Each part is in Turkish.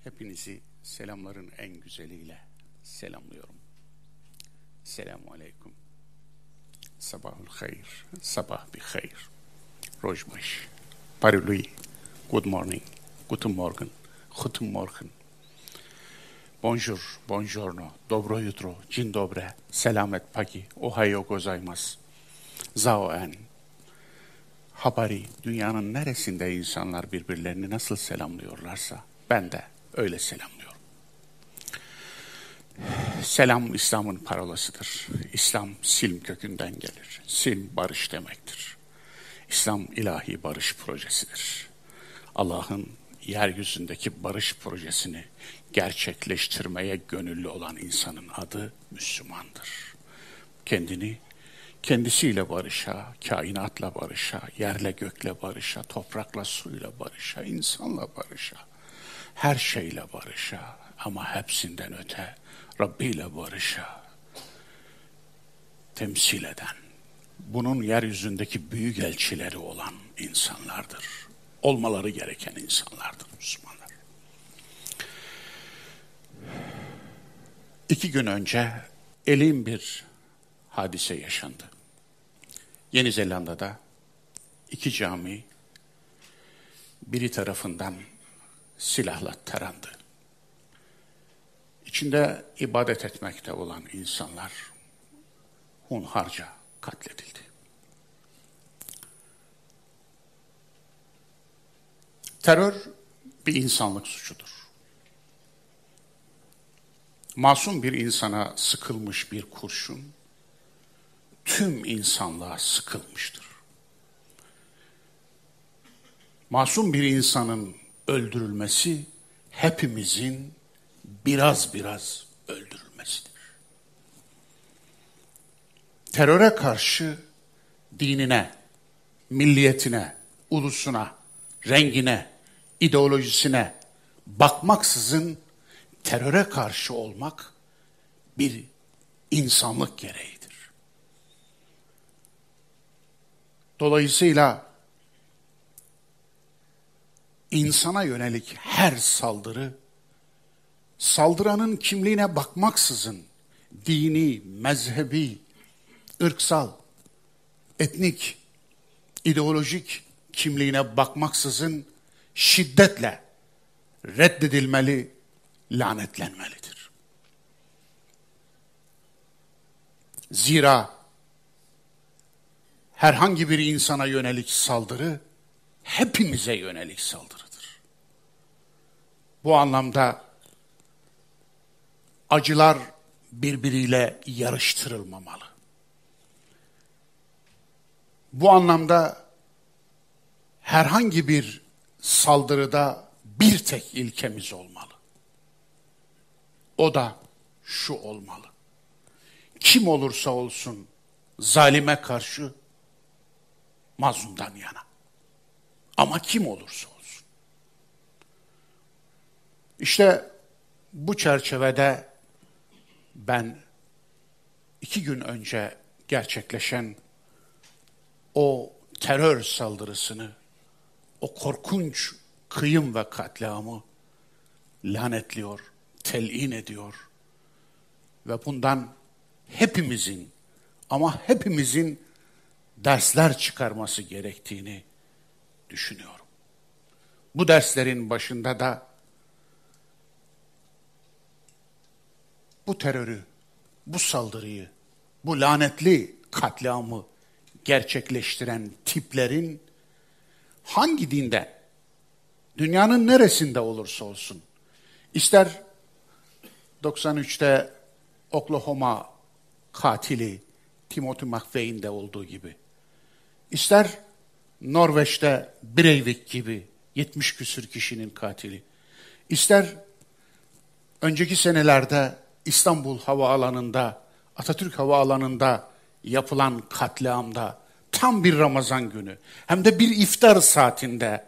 Hepinizi selamların en güzeliyle selamlıyorum. Selamun aleyküm. Sabahul hayır, sabah bir hayır. Rojbaş, parului, good morning, guten morgen, guten morgen. Bonjour, buongiorno, dobro jutro, dzień dobre, selamet pagi, ohayo gozaimasu. Zaoen. Habari, dünyanın neresinde insanlar birbirlerini nasıl selamlıyorlarsa ben de öyle selamlıyorum. Selam İslam'ın parolasıdır. İslam silm kökünden gelir. Silm barış demektir. İslam ilahi barış projesidir. Allah'ın yeryüzündeki barış projesini gerçekleştirmeye gönüllü olan insanın adı Müslümandır. Kendisiyle barışa, kainatla barışa, yerle gökle barışa, toprakla suyla barışa, insanla barışa, her şeyle barışa ama hepsinden öte Rabbi ile barışa temsil eden, bunun yeryüzündeki büyük elçileri olan insanlardır. Olmaları gereken insanlardır Müslümanlar. 2 gün önce elin bir hadise yaşandı. Yeni Zelanda'da 2 cami biri tarafından silahla tarandı. İçinde ibadet etmekte olan insanlar hunharca katledildi. Terör bir insanlık suçudur. Masum bir insana sıkılmış bir kurşun tüm insanlığa sıkılmıştır. Masum bir insanın öldürülmesi hepimizin biraz biraz öldürülmesidir. Teröre karşı dinine, milliyetine, ulusuna, rengine, ideolojisine bakmaksızın teröre karşı olmak bir insanlık gereğidir. Dolayısıyla insana yönelik her saldırı, saldıranın kimliğine bakmaksızın dini, mezhebi, ırksal, etnik, ideolojik kimliğine bakmaksızın şiddetle reddedilmeli, lanetlenmelidir. Zira herhangi bir insana yönelik saldırı hepimize yönelik saldırıdır. Bu anlamda acılar birbiriyle yarıştırılmamalı. Bu anlamda herhangi bir saldırıda bir tek ilkemiz olmalı. O da şu olmalı. Kim olursa olsun zalime karşı mazlumdan yana. Ama kim olursa olsun. İşte bu çerçevede ben 2 gün önce gerçekleşen o terör saldırısını, o korkunç kıyım ve katliamı lanetliyor, telin ediyor ve bundan hepimizin ama hepimizin dersler çıkarması gerektiğini düşünüyorum. Bu derslerin başında da bu terörü, bu saldırıyı, bu lanetli katliamı gerçekleştiren tiplerin hangi dinde, dünyanın neresinde olursa olsun, ister 93'te Oklahoma katili Timothy McVeigh'in de olduğu gibi, ister Norveç'te Breivik gibi 70 küsür kişinin katili, ister önceki senelerde İstanbul Havaalanı'nda, Atatürk Havaalanı'nda yapılan katliamda tam bir Ramazan günü hem de bir iftar saatinde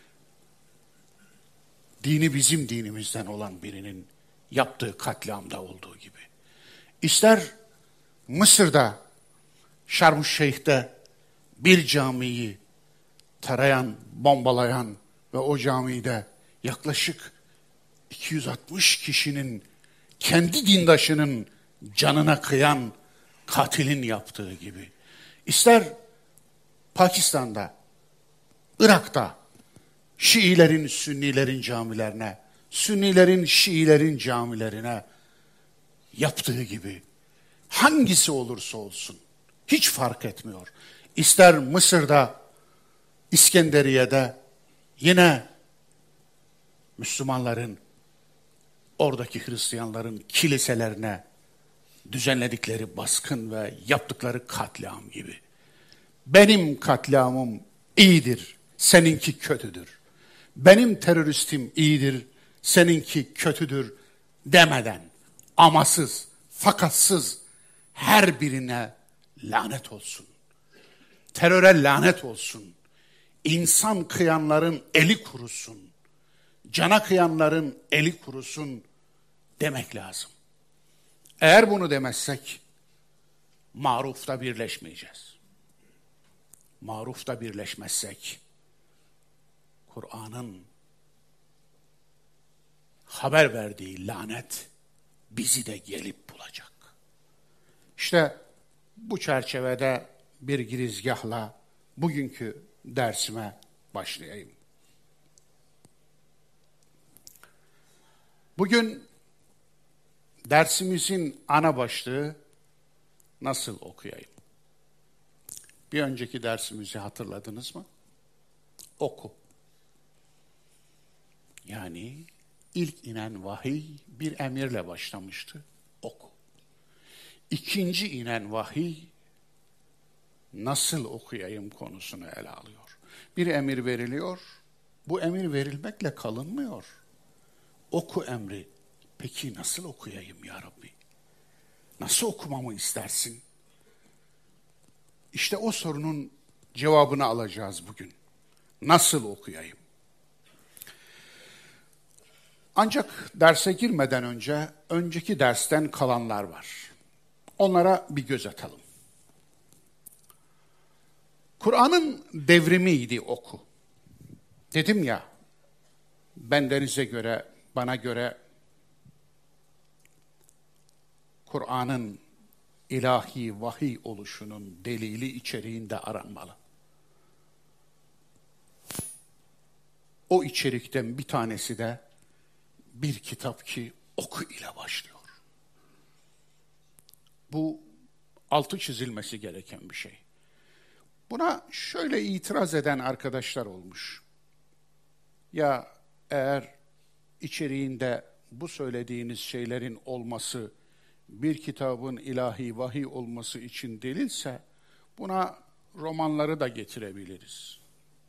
dini bizim dinimizden olan birinin yaptığı katliamda olduğu gibi. İster Mısır'da Şarm-ı Şeyh'te bir camiyi tarayan, bombalayan ve o camide yaklaşık 260 kişinin kendi dindaşının canına kıyan katilin yaptığı gibi. İster Pakistan'da, Irak'ta Şiilerin Sünnilerin camilerine, Sünnilerin Şiilerin camilerine yaptığı gibi hangisi olursa olsun hiç fark etmiyor. İster Mısır'da, İskenderiye'de yine Müslümanların, oradaki Hristiyanların kiliselerine düzenledikleri baskın ve yaptıkları katliam gibi. Benim katliamım iyidir, seninki kötüdür. Benim teröristim iyidir, seninki kötüdür demeden amasız, fakatsız her birine lanet olsun. Teröre lanet olsun. İnsan kıyanların eli kurusun. Cana kıyanların eli kurusun demek lazım. Eğer bunu demezsek marufta birleşmeyeceğiz. Marufta birleşmezsek Kur'an'ın haber verdiği lanet bizi de gelip bulacak. İşte bu çerçevede bir girizgahla bugünkü dersime başlayayım. Bugün dersimizin ana başlığı nasıl okuyayım? Bir önceki dersimizi hatırladınız mı? Oku. Yani ilk inen vahiy bir emirle başlamıştı. Oku. İkinci inen vahiy nasıl okuyayım konusunu ele alıyor. Bir emir veriliyor. Bu emir verilmekle kalınmıyor. Oku emri. Peki nasıl okuyayım ya Rabbi? Nasıl okumamı istersin? İşte o sorunun cevabını alacağız bugün. Nasıl okuyayım? Ancak derse girmeden önce, önceki dersten kalanlar var. Onlara bir göz atalım. Kur'an'ın devrimiydi oku. Dedim ya, bendenize göre, bana göre Kur'an'ın ilahi vahiy oluşunun delili içeriğinde aranmalı. O içerikten bir tanesi de bir kitap ki oku ile başlıyor. Bu altı çizilmesi gereken bir şey. Buna şöyle itiraz eden arkadaşlar olmuş. Ya eğer içeriğinde bu söylediğiniz şeylerin olması bir kitabın ilahi vahiy olması için delilse buna romanları da getirebiliriz.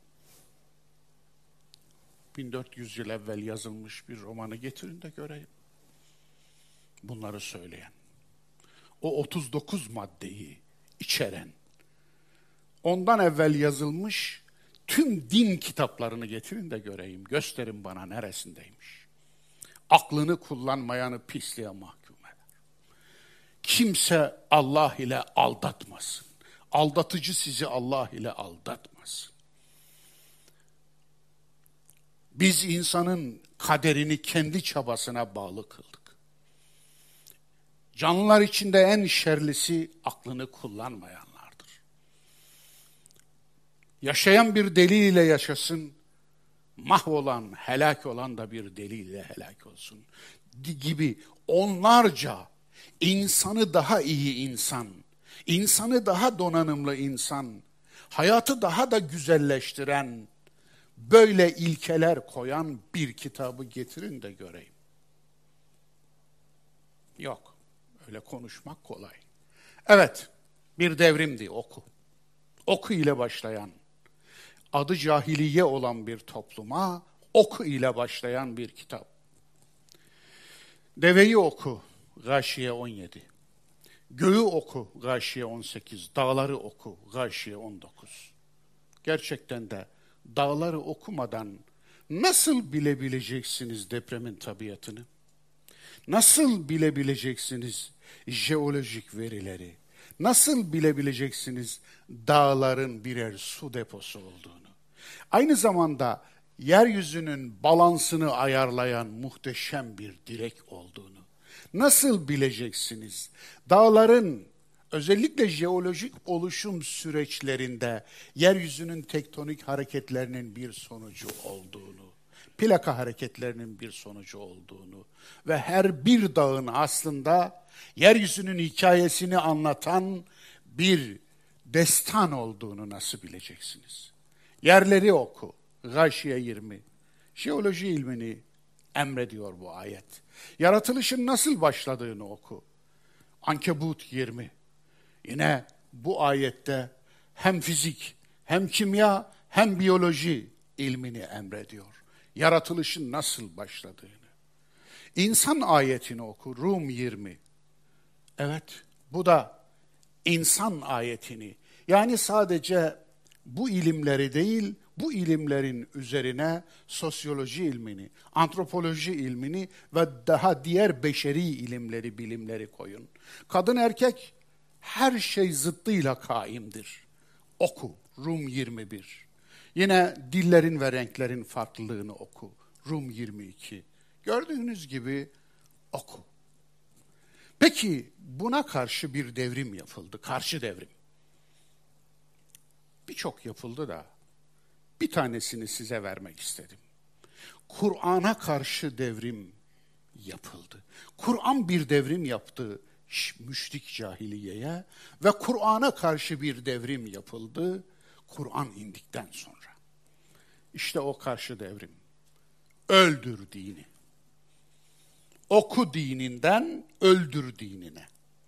1400 yıl evvel yazılmış bir romanı getirin de göreyim. Bunları söyleyen, o 39 maddeyi içeren, ondan evvel yazılmış tüm din kitaplarını getirin de göreyim. Gösterin bana neresindeymiş. Aklını kullanmayanı pisliğe mahkum eder. Kimse Allah ile aldatmasın. Aldatıcı sizi Allah ile aldatmasın. Biz insanın kaderini kendi çabasına bağlı kıldık. Canlılar içinde en şerlisi aklını kullanmayanlardır. Yaşayan bir deliyle yaşasın, mahvolan, helak olan da bir deliyle helak olsun gibi onlarca insanı daha iyi insan, insanı daha donanımlı insan, hayatı daha da güzelleştiren, böyle ilkeler koyan bir kitabı getirin de göreyim. Yok, öyle konuşmak kolay. Evet, bir devrimdi oku. Oku ile başlayan, adı cahiliye olan bir topluma oku ile başlayan bir kitap. Deveyi oku, Gâşiye 17. Göğü oku, Gâşiye 18. Dağları oku, Gâşiye 19. Gerçekten de dağları okumadan nasıl bilebileceksiniz depremin tabiatını? Nasıl bilebileceksiniz jeolojik verileri? Nasıl bilebileceksiniz dağların birer su deposu olduğunu? Aynı zamanda yeryüzünün balansını ayarlayan muhteşem bir direk olduğunu nasıl bileceksiniz? Dağların özellikle jeolojik oluşum süreçlerinde yeryüzünün tektonik hareketlerinin bir sonucu olduğunu, plaka hareketlerinin bir sonucu olduğunu ve her bir dağın aslında yeryüzünün hikayesini anlatan bir destan olduğunu nasıl bileceksiniz? Yerleri oku. Gâşiye 20. Jeoloji ilmini emrediyor bu ayet. Yaratılışın nasıl başladığını oku. Ankebut 20. Yine bu ayette hem fizik, hem kimya, hem biyoloji ilmini emrediyor. Yaratılışın nasıl başladığını. İnsan ayetini oku. Rum 20. Evet, bu da insan ayetini, yani sadece bu ilimleri değil, bu ilimlerin üzerine sosyoloji ilmini, antropoloji ilmini ve daha diğer beşeri ilimleri, bilimleri koyun. Kadın erkek her şey zıttıyla kaimdir. Oku, Rum 21. Yine dillerin ve renklerin farklılığını oku, Rum 22. Gördüğünüz gibi oku. Peki buna karşı bir devrim yapıldı, karşı devrim. Birçok yapıldı da bir tanesini size vermek istedim. Kur'an'a karşı devrim yapıldı. Kur'an bir devrim yaptı müşrik cahiliyeye ve Kur'an'a karşı bir devrim yapıldı Kur'an indikten sonra. İşte o karşı devrim. Öldür dini. Oku dininden öldür dinine.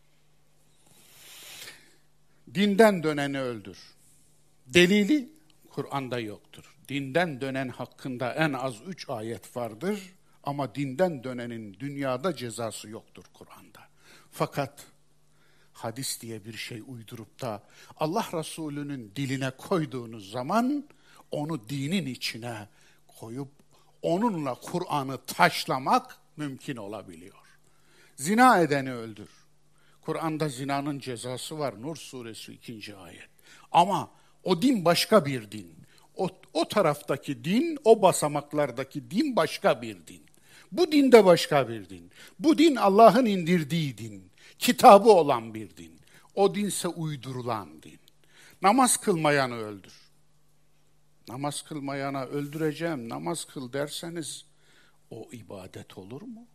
Dinden döneni öldür. Delili Kur'an'da yoktur. Dinden dönen hakkında en az 3 ayet vardır ama dinden dönenin dünyada cezası yoktur Kur'an'da. Fakat hadis diye bir şey uydurup da Allah Resulü'nün diline koyduğunuz zaman onu dinin içine koyup onunla Kur'an'ı taşlamak mümkün olabiliyor. Zina edeni öldür. Kur'an'da zinanın cezası var. Nur suresi 2. ayet. Ama o din başka bir din. O taraftaki din, o basamaklardaki din başka bir din. Bu din de başka bir din. Bu din Allah'ın indirdiği din. Kitabı olan bir din. O dinse uydurulan din. Namaz kılmayanı öldür. Namaz kılmayana öldüreceğim, namaz kıl derseniz o ibadet olur mu?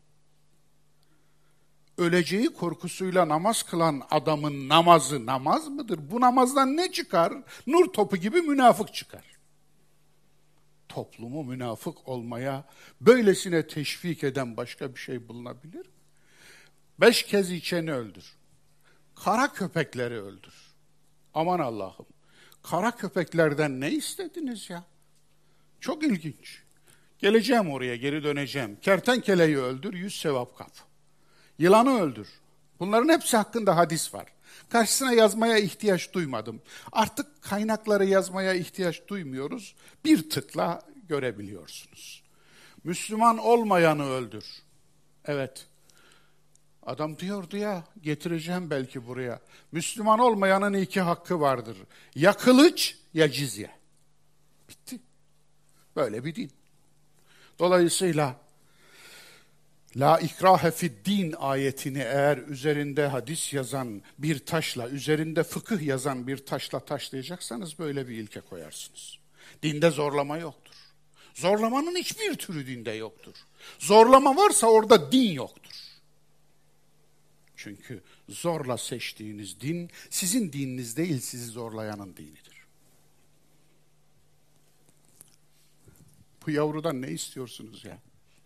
Öleceği korkusuyla namaz kılan adamın namazı namaz mıdır? Bu namazdan ne çıkar? Nur topu gibi münafık çıkar. Toplumu münafık olmaya böylesine teşvik eden başka bir şey bulunabilir mi? 5 kez içeni öldür. Kara köpekleri öldür. Aman Allah'ım. Kara köpeklerden ne istediniz ya? Çok ilginç. Geleceğim oraya, geri döneceğim. Kertenkeleyi öldür, 100 sevap kap. Yılanı öldür. Bunların hepsi hakkında hadis var. Karşısına yazmaya ihtiyaç duymadım. Artık kaynakları yazmaya ihtiyaç duymuyoruz. Bir tıkla görebiliyorsunuz. Müslüman olmayanı öldür. Evet. Adam diyordu ya, getireceğim belki buraya. Müslüman olmayanın 2 hakkı vardır. Ya kılıç ya cizye. Bitti. Böyle bir din. Dolayısıyla La ikrahe fi'd-din ayetini eğer üzerinde hadis yazan bir taşla, üzerinde fıkıh yazan bir taşla taşlayacaksanız böyle bir ilke koyarsınız. Dinde zorlama yoktur. Zorlamanın hiçbir türü dinde yoktur. Zorlama varsa orada din yoktur. Çünkü zorla seçtiğiniz din sizin dininiz değil, sizi zorlayanın dinidir. Bu yavrudan ne istiyorsunuz ya?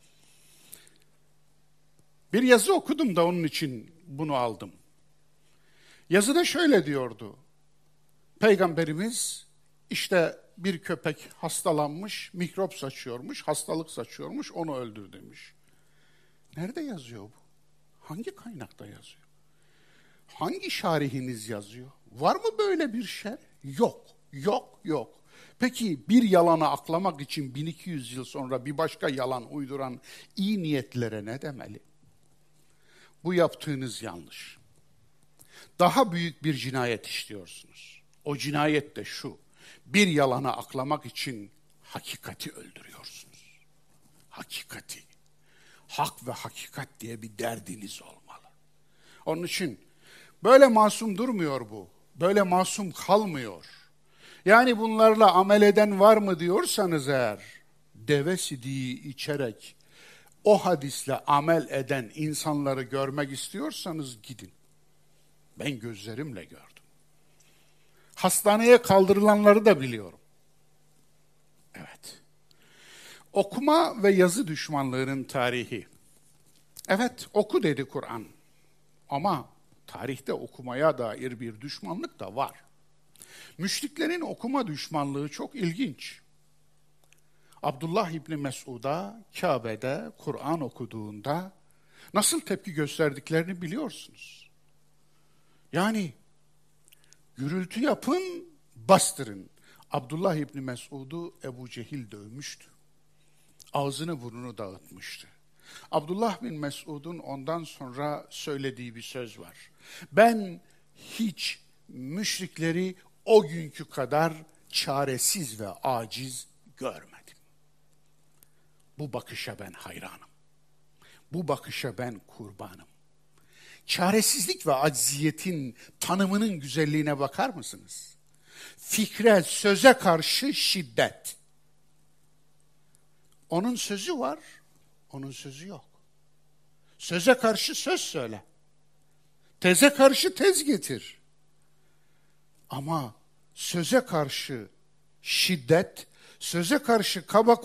Bir yazı okudum da onun için bunu aldım. Yazıda şöyle diyordu. Peygamberimiz işte bir köpek hastalanmış, mikrop saçıyormuş, hastalık saçıyormuş, onu öldür demiş. Nerede yazıyor bu? Hangi kaynakta yazıyor? Hangi şarihiniz yazıyor? Var mı böyle bir şey? Yok, yok, yok. Peki bir yalanı aklamak için 1200 yıl sonra bir başka yalan uyduran iyi niyetlere ne demeli? Bu yaptığınız yanlış. Daha büyük bir cinayet işliyorsunuz. O cinayet de şu: bir yalanı aklamak için hakikati öldürüyorsunuz. Hakikati. Hak ve hakikat diye bir derdiniz olmalı. Onun için böyle masum durmuyor bu. Böyle masum kalmıyor. Yani bunlarla amel eden var mı diyorsanız eğer, deve sidiği içerek o hadisle amel eden insanları görmek istiyorsanız gidin. Ben gözlerimle gördüm. Hastaneye kaldırılanları da biliyorum. Evet. Okuma ve yazı düşmanlığının tarihi. Evet, oku dedi Kur'an. Ama tarihte okumaya dair bir düşmanlık da var. Müşriklerin okuma düşmanlığı çok ilginç. Abdullah İbni Mesud'a Kabe'de Kur'an okuduğunda nasıl tepki gösterdiklerini biliyorsunuz. Yani gürültü yapın, bastırın. Abdullah İbni Mesud'u Ebu Cehil dövmüştü. Ağzını burnunu dağıtmıştı. Abdullah bin Mesud'un ondan sonra söylediği bir söz var. Ben hiç müşrikleri o günkü kadar çaresiz ve aciz görmedim. Bu bakışa ben hayranım. Bu bakışa ben kurbanım. Çaresizlik ve acziyetin tanımının güzelliğine bakar mısınız? Fikre, söze karşı şiddet. Onun sözü var, onun sözü yok. Söze karşı söz söyle. Teze karşı tez getir. Ama söze karşı şiddet, söze karşı kaba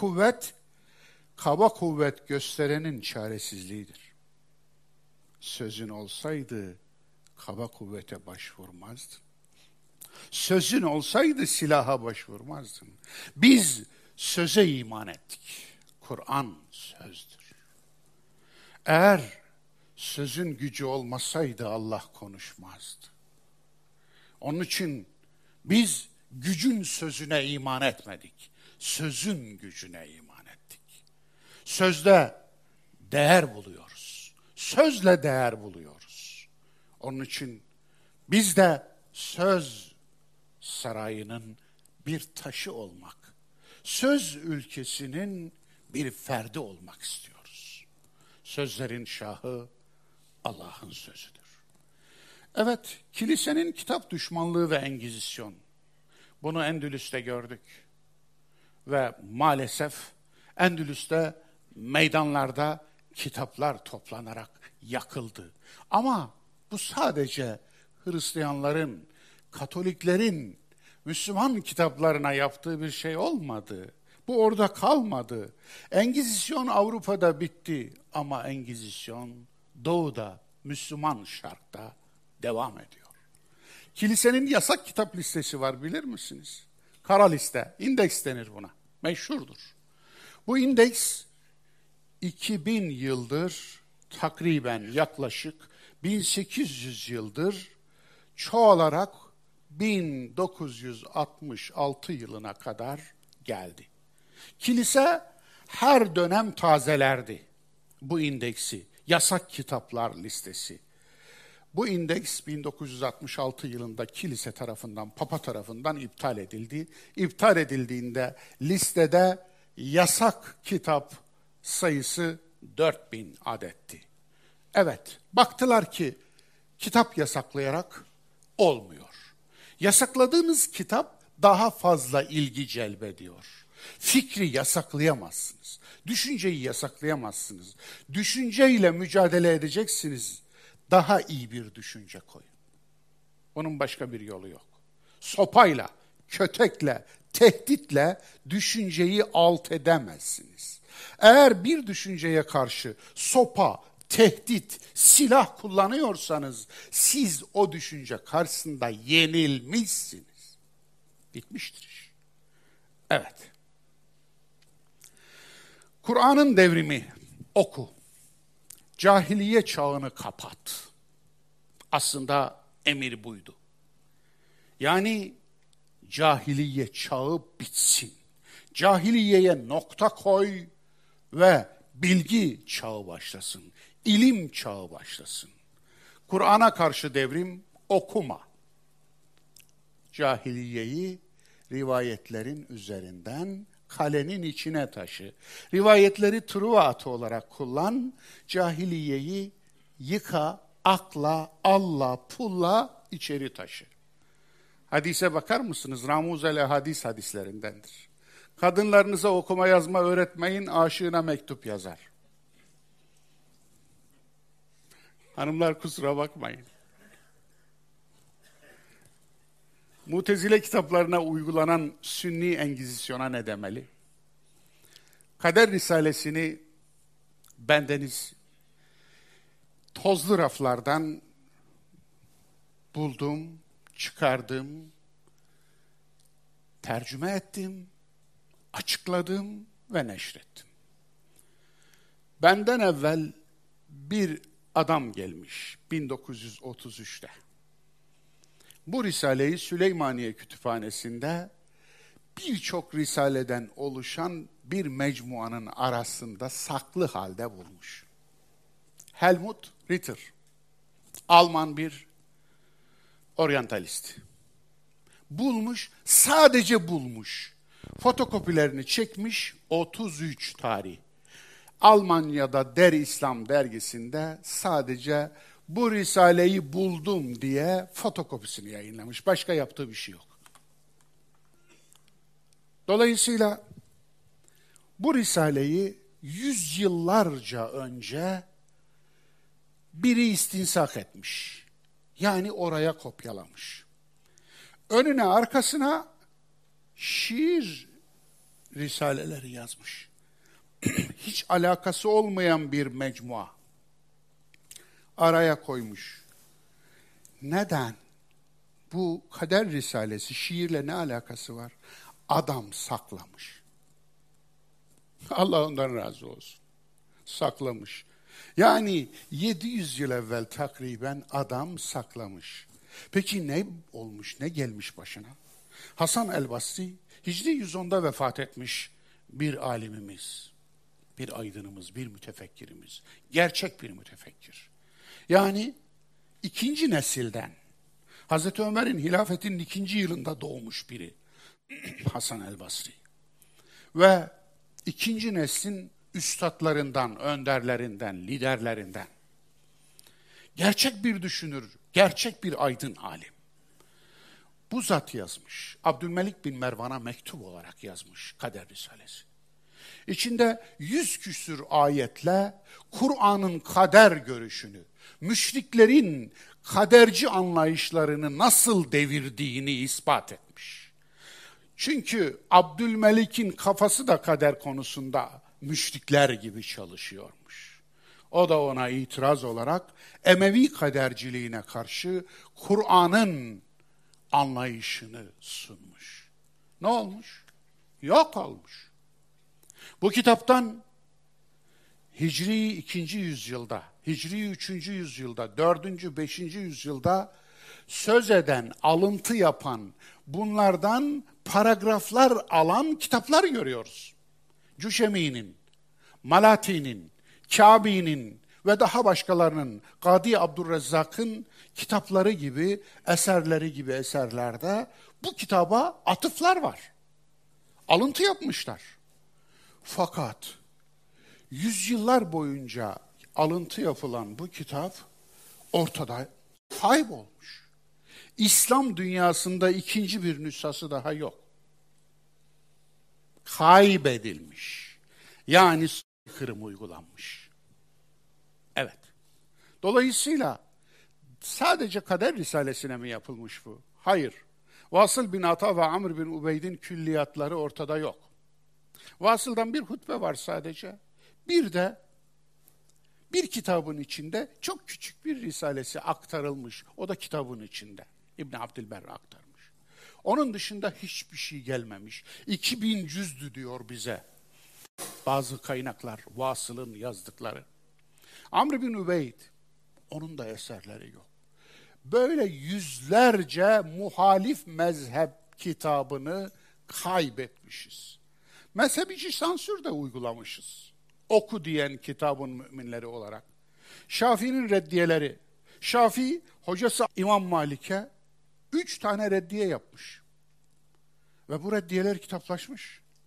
kuvvet gösterenin çaresizliğidir. Sözün olsaydı kaba kuvvete başvurmazdın. Sözün olsaydı silaha başvurmazdın. Biz söze iman ettik. Kur'an sözdür. Eğer sözün gücü olmasaydı Allah konuşmazdı. Onun için biz gücün sözüne iman etmedik. Sözün gücüne iman ettik. Sözde değer buluyoruz. Sözle değer buluyoruz. Onun için biz de söz sarayının bir taşı olmak, söz ülkesinin bir ferdi olmak istiyoruz. Sözlerin şahı Allah'ın sözüdür. Evet, kilisenin kitap düşmanlığı ve Engizisyon. Bunu Endülüs'te gördük. Ve maalesef Endülüs'te meydanlarda kitaplar toplanarak yakıldı. Ama bu sadece Hristiyanların, Katoliklerin, Müslüman kitaplarına yaptığı bir şey olmadı. Bu orada kalmadı. Engizisyon Avrupa'da bitti ama Engizisyon Doğu'da, Müslüman Şark'ta devam ediyor. Kilisenin yasak kitap listesi var, bilir misiniz? Kara liste, indeks denir buna. Meşhurdur. Bu indeks 2000 yıldır takriben yaklaşık 1800 yıldır çoğalarak 1966 yılına kadar geldi. Kilise her dönem tazelerdi bu indeksi, yasak kitaplar listesi. Bu indeks 1966 yılında kilise tarafından, Papa tarafından iptal edildi. İptal edildiğinde listede yasak kitap sayısı 4000 adetti. Evet, baktılar ki kitap yasaklayarak olmuyor. Yasakladığınız kitap daha fazla ilgi celbediyor. Fikri yasaklayamazsınız. Düşünceyi yasaklayamazsınız. Düşünceyle mücadele edeceksiniz. Daha iyi bir düşünce koyun. Onun başka bir yolu yok. Sopayla, kötekle, tehditle düşünceyi alt edemezsiniz. Eğer bir düşünceye karşı sopa, tehdit, silah kullanıyorsanız siz o düşünce karşısında yenilmişsiniz. Bitmiştir iş. Evet. Kur'an'ın devrimi, oku. Cahiliye çağını kapat. Aslında emir buydu. Yani cahiliye çağı bitsin. Cahiliyeye nokta koy ve bilgi çağı başlasın. İlim çağı başlasın. Kur'an'a karşı devrim okuma. Cahiliyeyi rivayetlerin üzerinden kalenin içine taşı. Rivayetleri Truva atı olarak kullan, cahiliyeyi yıka, akla, alla, pulla içeri taşı. Hadise bakar mısınız? Ramuz-el Hadis hadislerindendir. Kadınlarınıza okuma yazma öğretmeyin, aşığına mektup yazar. Hanımlar kusura bakmayın. Mutezile kitaplarına uygulanan Sünni Engizisyon'a ne demeli? Kader Risalesini bendeniz tozlu raflardan buldum, çıkardım, tercüme ettim, açıkladım ve neşrettim. Benden evvel bir adam gelmiş 1933'te. Bu risaleyi Süleymaniye Kütüphanesi'nde birçok risaleden oluşan bir mecmuanın arasında saklı halde bulmuş. Helmut Ritter, Alman bir oryantalist. Bulmuş, sadece bulmuş. Fotokopilerini çekmiş, 33 tarih. Almanya'da Der İslam dergisinde sadece bu risaleyi buldum diye fotokopisini yayınlamış. Başka yaptığı bir şey yok. Dolayısıyla bu risaleyi yüzyıllarca önce biri istinsak etmiş. Yani oraya kopyalamış. Önüne arkasına şiir risaleleri yazmış. Hiç alakası olmayan bir mecmua. Araya koymuş. Neden? Bu Kader Risalesi şiirle ne alakası var? Adam saklamış. Allah ondan razı olsun. Saklamış. Yani 700 yıl evvel takriben adam saklamış. Peki ne olmuş, ne gelmiş başına? Hasan el-Basri, Hicri 110'da vefat etmiş bir alimimiz, bir aydınımız, bir mütefekkirimiz, gerçek bir mütefekkir. Yani ikinci nesilden, Hazreti Ömer'in hilafetinin 2. yılında doğmuş biri, Hasan el-Basri. Ve ikinci neslin üstadlarından, önderlerinden, liderlerinden. Gerçek bir düşünür, gerçek bir aydın alim. Bu zat yazmış. Abdülmelik bin Mervan'a mektup olarak yazmış Kader Risalesi. İçinde 100 küsür ayetle Kur'an'ın kader görüşünü, müşriklerin kaderci anlayışlarını nasıl devirdiğini ispat etmiş. Çünkü Abdülmelik'in kafası da kader konusunda müşrikler gibi çalışıyormuş. O da ona itiraz olarak Emevi kaderciliğine karşı Kur'an'ın anlayışını sunmuş. Ne olmuş? Yok olmuş. Bu kitaptan Hicri 2. yüzyılda, Hicri 3. yüzyılda, 4. 5. yüzyılda söz eden, alıntı yapan, bunlardan paragraflar alan kitaplar görüyoruz. Cüşemi'nin, Malati'nin, Kâbi'nin ve daha başkalarının, Gadi Abdurrezzak'ın kitapları gibi, eserleri gibi eserlerde bu kitaba atıflar var. Alıntı yapmışlar. Fakat yüzyıllar boyunca alıntı yapılan bu kitap ortada kaybolmuş. İslam dünyasında ikinci bir nüshası daha yok. Kaybedilmiş. Yani kırım uygulanmış. Evet. Dolayısıyla sadece Kader Risalesi'ne mi yapılmış bu? Hayır. Vasıl bin Ata ve Amr bin Ubeyd'in külliyatları ortada yok. Vasıl'dan bir hutbe var sadece. Bir de bir kitabın içinde çok küçük bir risalesi aktarılmış. O da kitabın içinde. İbn Abdülber aktarmış. Onun dışında hiçbir şey gelmemiş. 2000 cüzdü diyor bize bazı kaynaklar, Vasıl'ın yazdıkları. Amr bin Ubeyd, onun da eserleri yok. Böyle yüzlerce muhalif mezhep kitabını kaybetmişiz. Mezhebi sansür de uygulamışız. Oku diyen kitabın müminleri olarak. Şafii'nin reddiyeleri. Şafii, hocası İmam Malik'e 3 tane reddiye yapmış. Ve bu reddiyeler kitaplaşmış.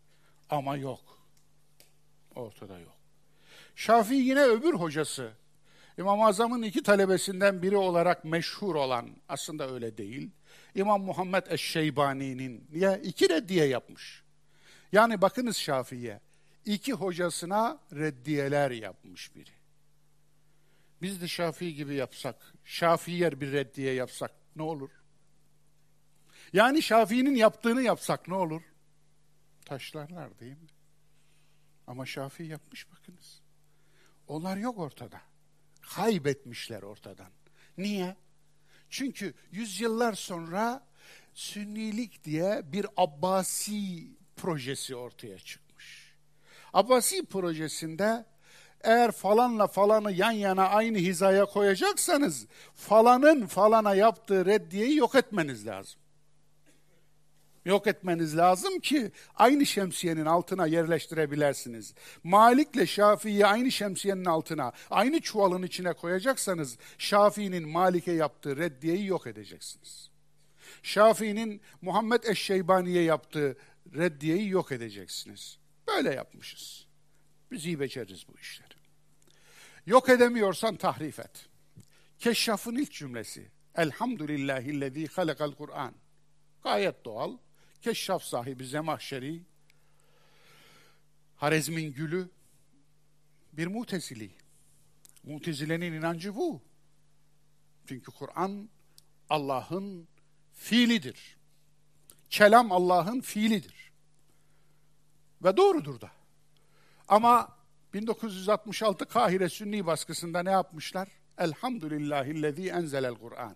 Ama yok. Ortada yok. Şafii yine öbür hocası. İmam-ı Azam'ın 2 talebesinden biri olarak meşhur olan, aslında öyle değil, İmam Muhammed Eşşeybani'nin niye 2 reddiye yapmış. Yani bakınız Şafii'ye, 2 hocasına reddiyeler yapmış biri. Biz de Şafii gibi yapsak, Şafii'ye bir reddiye yapsak ne olur? Yani Şafii'nin yaptığını yapsak ne olur? Taşlarlar değil mi? Ama Şafii yapmış bakınız. Onlar yok ortada. Kaybetmişler ortadan. Niye? Çünkü yüzyıllar sonra Sünnilik diye bir Abbasi projesi ortaya çıkmış. Abbasi projesinde eğer falanla falanı yan yana aynı hizaya koyacaksanız falanın falana yaptığı reddiyeyi yok etmeniz lazım. Yok etmeniz lazım ki aynı şemsiyenin altına yerleştirebilirsiniz. Malik'le Şafii'yi aynı şemsiyenin altına, aynı çuvalın içine koyacaksanız Şafii'nin Malik'e yaptığı reddiyeyi yok edeceksiniz. Şafii'nin Muhammed Eşşeybani'ye yaptığı reddiyeyi yok edeceksiniz. Böyle yapmışız. Biz iyi beceririz bu işleri. Yok edemiyorsan tahrif et. Keşşaf'ın ilk cümlesi. Elhamdülillahillezî halakal Kur'an. Gayet doğal. Keşşaf sahibi Zemahşeri, Harezm'in gülü, bir Mutezili. Mutezile'nin inancı bu. Çünkü Kur'an Allah'ın fiilidir. Kelam Allah'ın fiilidir. Ve doğrudur da. Ama 1966 Kahire Sünni baskısında ne yapmışlar? Elhamdülillahillezî enzelel Kur'an.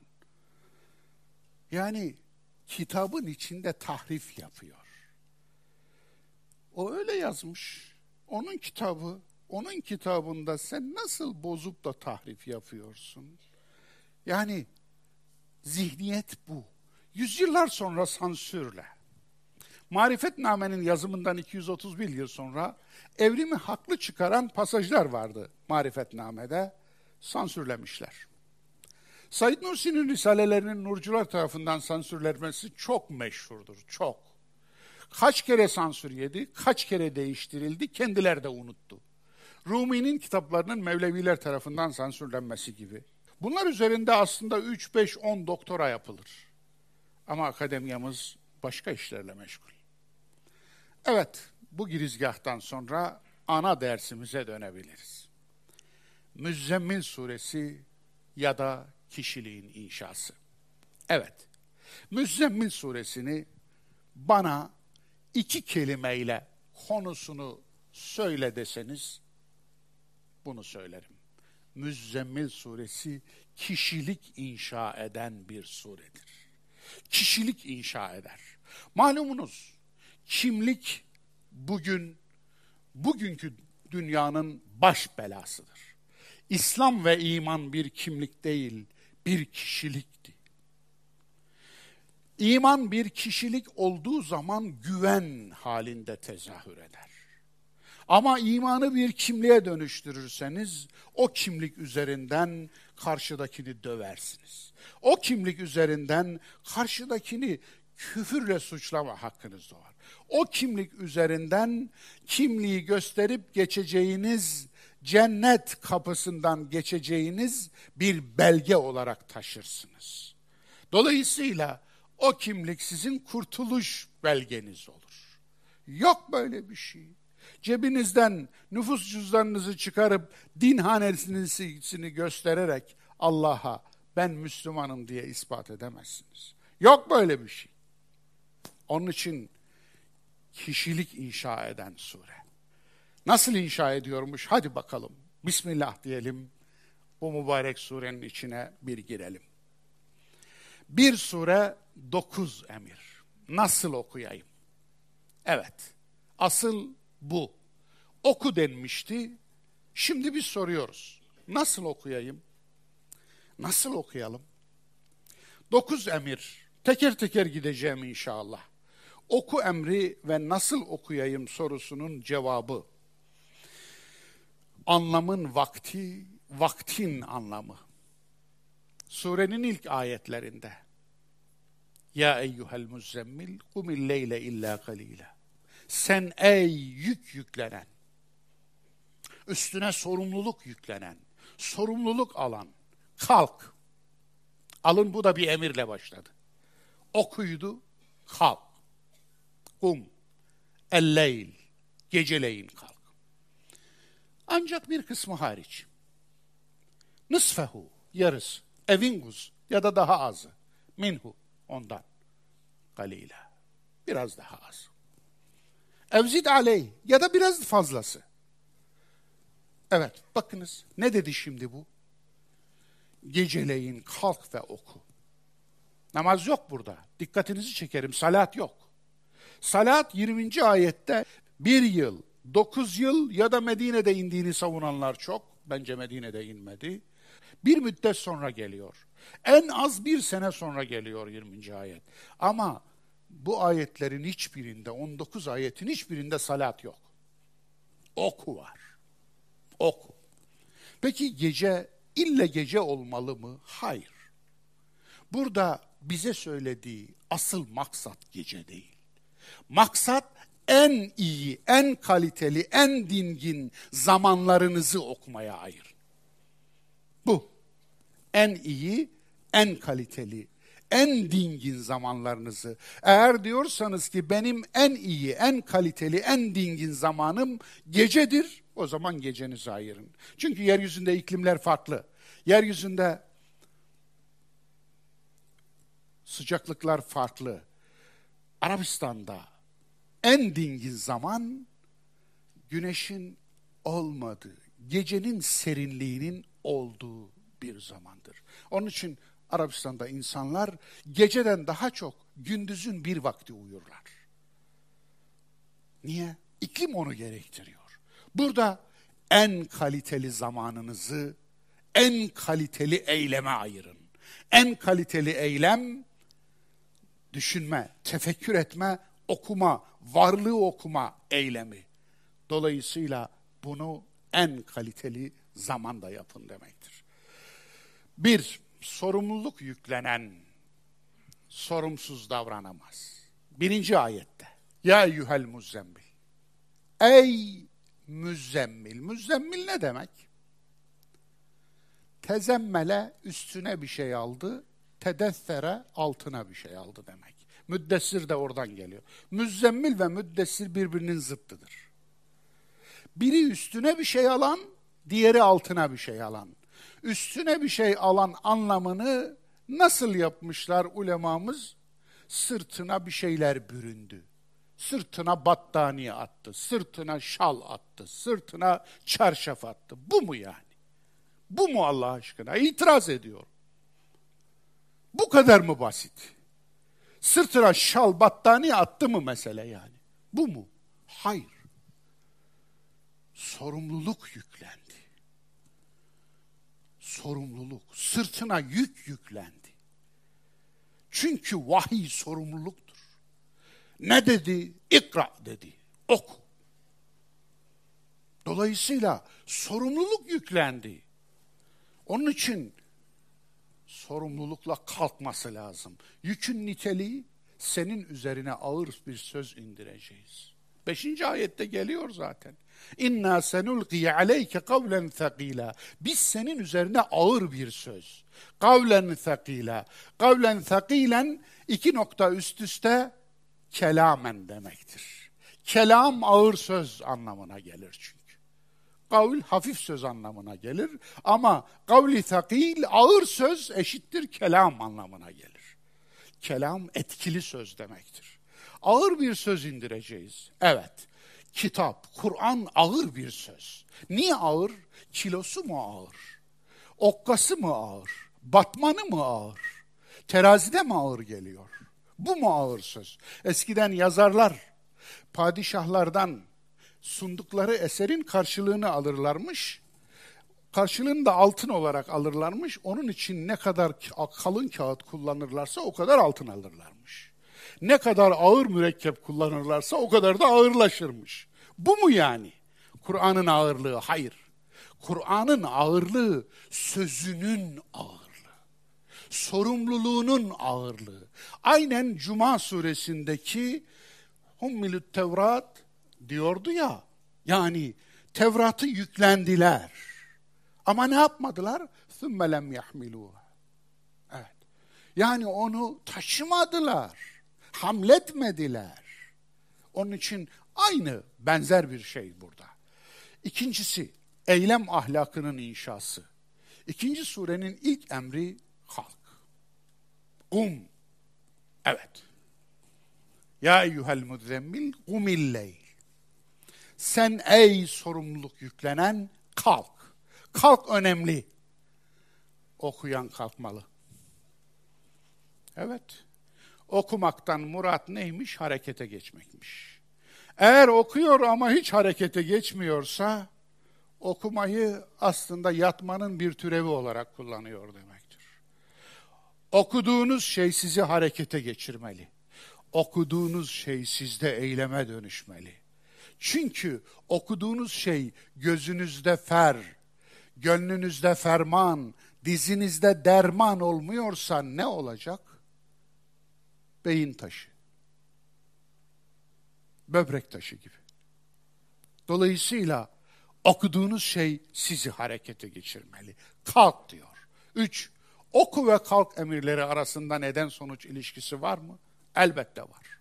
Yani kitabın içinde tahrif yapıyor. O öyle yazmış. Onun kitabı, onun kitabında sen nasıl bozup da tahrif yapıyorsun? Yani zihniyet bu. Yüzyıllar sonra sansürle. Marifetname'nin yazımından 231 yıl sonra evrimi haklı çıkaran pasajlar vardı Marifetname'de. Sansürlemişler. Said Nursi'nin risalelerinin Nurcular tarafından sansürlenmesi çok meşhurdur, çok. Kaç kere sansür yedi, kaç kere değiştirildi, kendileri de unuttu. Rumi'nin kitaplarının Mevleviler tarafından sansürlenmesi gibi. Bunlar üzerinde aslında 3, 5, 10 doktora yapılır. Ama akademiyamız başka işlerle meşgul. Evet, bu girizgahtan sonra ana dersimize dönebiliriz. Müzzemmil suresi ya da kişiliğin inşası. Evet, Müzzemmil suresini bana 2 kelimeyle konusunu söyle deseniz bunu söylerim. Müzzemmil suresi kişilik inşa eden bir suredir. Kişilik inşa eder. Malumunuz kimlik bugünkü dünyanın baş belasıdır. İslam ve iman bir kimlik değil, bir kişilikti. İman bir kişilik olduğu zaman güven halinde tezahür eder. Ama imanı bir kimliğe dönüştürürseniz o kimlik üzerinden karşıdakini döversiniz. O kimlik üzerinden karşıdakini küfürle suçlama hakkınız doğar. O kimlik üzerinden kimliği gösterip geçeceğiniz, cennet kapısından geçeceğiniz bir belge olarak taşırsınız. Dolayısıyla o kimlik sizin kurtuluş belgeniz olur. Yok böyle bir şey. Cebinizden nüfus cüzdanınızı çıkarıp din hanesini göstererek Allah'a ben Müslümanım diye ispat edemezsiniz. Yok böyle bir şey. Onun için kişilik inşa eden sure. Nasıl inşa ediyormuş? Hadi bakalım. Bismillah diyelim. Bu mübarek surenin içine bir girelim. Bir sure 9 emir. Nasıl okuyayım? Evet. Asıl bu. Oku denmişti. Şimdi biz soruyoruz. Nasıl okuyayım? Nasıl okuyalım? 9 emir. Teker teker gideceğim inşallah. Oku emri ve nasıl okuyayım sorusunun cevabı. Anlamın vakti, vaktin anlamı. Surenin ilk ayetlerinde. Ya eyyuhel muzzemmil kumil leyle illa kalila. Sen ey yük yüklenen, üstüne sorumluluk yüklenen, sorumluluk alan, kalk. Alın, bu da bir emirle başladı. Okuydu, kalk. Kum, elleyl, geceleyin kalk. Ancak bir kısmı hariç. Nısfehu, yarısı, evinguz ya da daha azı. Minhu, ondan. Galile, biraz daha az. Evzid aleyh ya da biraz fazlası. Evet, bakınız ne dedi şimdi bu? Geceleyin kalk ve oku. Namaz yok burada. Dikkatinizi çekerim, salat yok. Salat 20. ayette 1 yıl, 9 yıl ya da Medine'de indiğini savunanlar çok. Bence Medine'de inmedi. Bir müddet sonra geliyor. En az 1 sene sonra geliyor 20. ayet. Ama bu ayetlerin hiçbirinde, 19 ayetin hiçbirinde salat yok. Oku var. Oku. Peki gece, ille gece olmalı mı? Hayır. Burada bize söylediği asıl maksat gece değil. Maksat en iyi, en kaliteli, en dingin zamanlarınızı okumaya ayırın. Bu. En iyi, en kaliteli, en dingin zamanlarınızı. Eğer diyorsanız ki benim en iyi, en kaliteli, en dingin zamanım gecedir, o zaman gecenizi ayırın. Çünkü yeryüzünde iklimler farklı. Yeryüzünde sıcaklıklar farklı. Arabistan'da en dingin zaman güneşin olmadığı, gecenin serinliğinin olduğu bir zamandır. Onun için Arabistan'da insanlar geceden daha çok gündüzün bir vakti uyurlar. Niye? İklim onu gerektiriyor. Burada en kaliteli zamanınızı en kaliteli eyleme ayırın. En kaliteli eylem düşünme, tefekkür etme, okuma, varlığı okuma eylemi. Dolayısıyla bunu en kaliteli zamanda yapın demektir. 1. Sorumluluk yüklenen sorumsuz davranamaz. 1. ayette. Ya eyyuhel muzzemmil. Ey müzzemmil. Müzzemmil ne demek? Tezemmele üstüne bir şey aldı, tedessere altına bir şey aldı demek. Müddessir de oradan geliyor. Müzzemmil ve müddessir birbirinin zıttıdır. Biri üstüne bir şey alan, diğeri altına bir şey alan. Üstüne bir şey alan anlamını nasıl yapmışlar ulemamız? Sırtına bir şeyler büründü. Sırtına battaniye attı, sırtına şal attı, sırtına çarşaf attı. Bu mu yani? Bu mu Allah aşkına? İtiraz ediyor. Bu kadar mı basit? Sırtına şal, battaniye attı mı mesele yani? Bu mu? Hayır. Sorumluluk yüklendi. Sorumluluk. Sırtına yük yüklendi. Çünkü vahiy sorumluluktur. Ne dedi? İkra dedi. Oku. Dolayısıyla sorumluluk yüklendi. Onun için sorumlulukla kalkması lazım. Yükün niteliği senin üzerine ağır bir söz indireceğiz. 5. ayette geliyor zaten. İnna senulqi aleyke kavlen thaqila. Biz senin üzerine ağır bir söz. Kavlen thaqila. Kavlen thaqilen 2 nokta üst üste kelamen demektir. Kelam ağır söz anlamına gelir çünkü. Kavl hafif söz anlamına gelir ama kavli thakil ağır söz eşittir kelam anlamına gelir. Kelam etkili söz demektir. Ağır bir söz indireceğiz. Evet, kitap, Kur'an ağır bir söz. Niye ağır? Kilosu mu ağır? Okkası mı ağır? Batmanı mı ağır? Terazide mi ağır geliyor? Bu mu ağır söz? Eskiden yazarlar padişahlardan sundukları eserin karşılığını alırlarmış. Karşılığını da altın olarak alırlarmış. Onun için ne kadar kalın kağıt kullanırlarsa o kadar altın alırlarmış. Ne kadar ağır mürekkep kullanırlarsa o kadar da ağırlaşırmış. Bu mu yani? Kur'an'ın ağırlığı? Hayır. Kur'an'ın ağırlığı sözünün ağırlığı. Sorumluluğunun ağırlığı. Aynen Cuma suresindeki hummilü't Tevrat diyordu ya. Yani Tevrat'ı yüklendiler. Ama ne yapmadılar? ثُمَّ لَمْ يَحْمِلُوهَا. Evet. Yani onu taşımadılar. Hamletmediler. Onun için aynı, benzer bir şey burada. İkincisi, eylem ahlakının inşası. İkinci surenin ilk emri kalk. Evet. Ya eyyuhel muzzemmil kumilleyl. Sen ey sorumluluk yüklenen kalk. Kalk önemli. Okuyan kalkmalı. Evet. Okumaktan murat neymiş? Harekete geçmekmiş. Eğer okuyor ama hiç harekete geçmiyorsa, okumayı aslında yatmanın bir türevi olarak kullanıyor demektir. Okuduğunuz şey sizi harekete geçirmeli. Okuduğunuz şey sizde eyleme dönüşmeli. Çünkü okuduğunuz şey gözünüzde fer, gönlünüzde ferman, dizinizde derman olmuyorsa ne olacak? Beyin taşı, böbrek taşı gibi. Dolayısıyla okuduğunuz şey sizi harekete geçirmeli. Kalk diyor. 3. Oku ve kalk emirleri arasında neden sonuç ilişkisi var mı? Elbette var.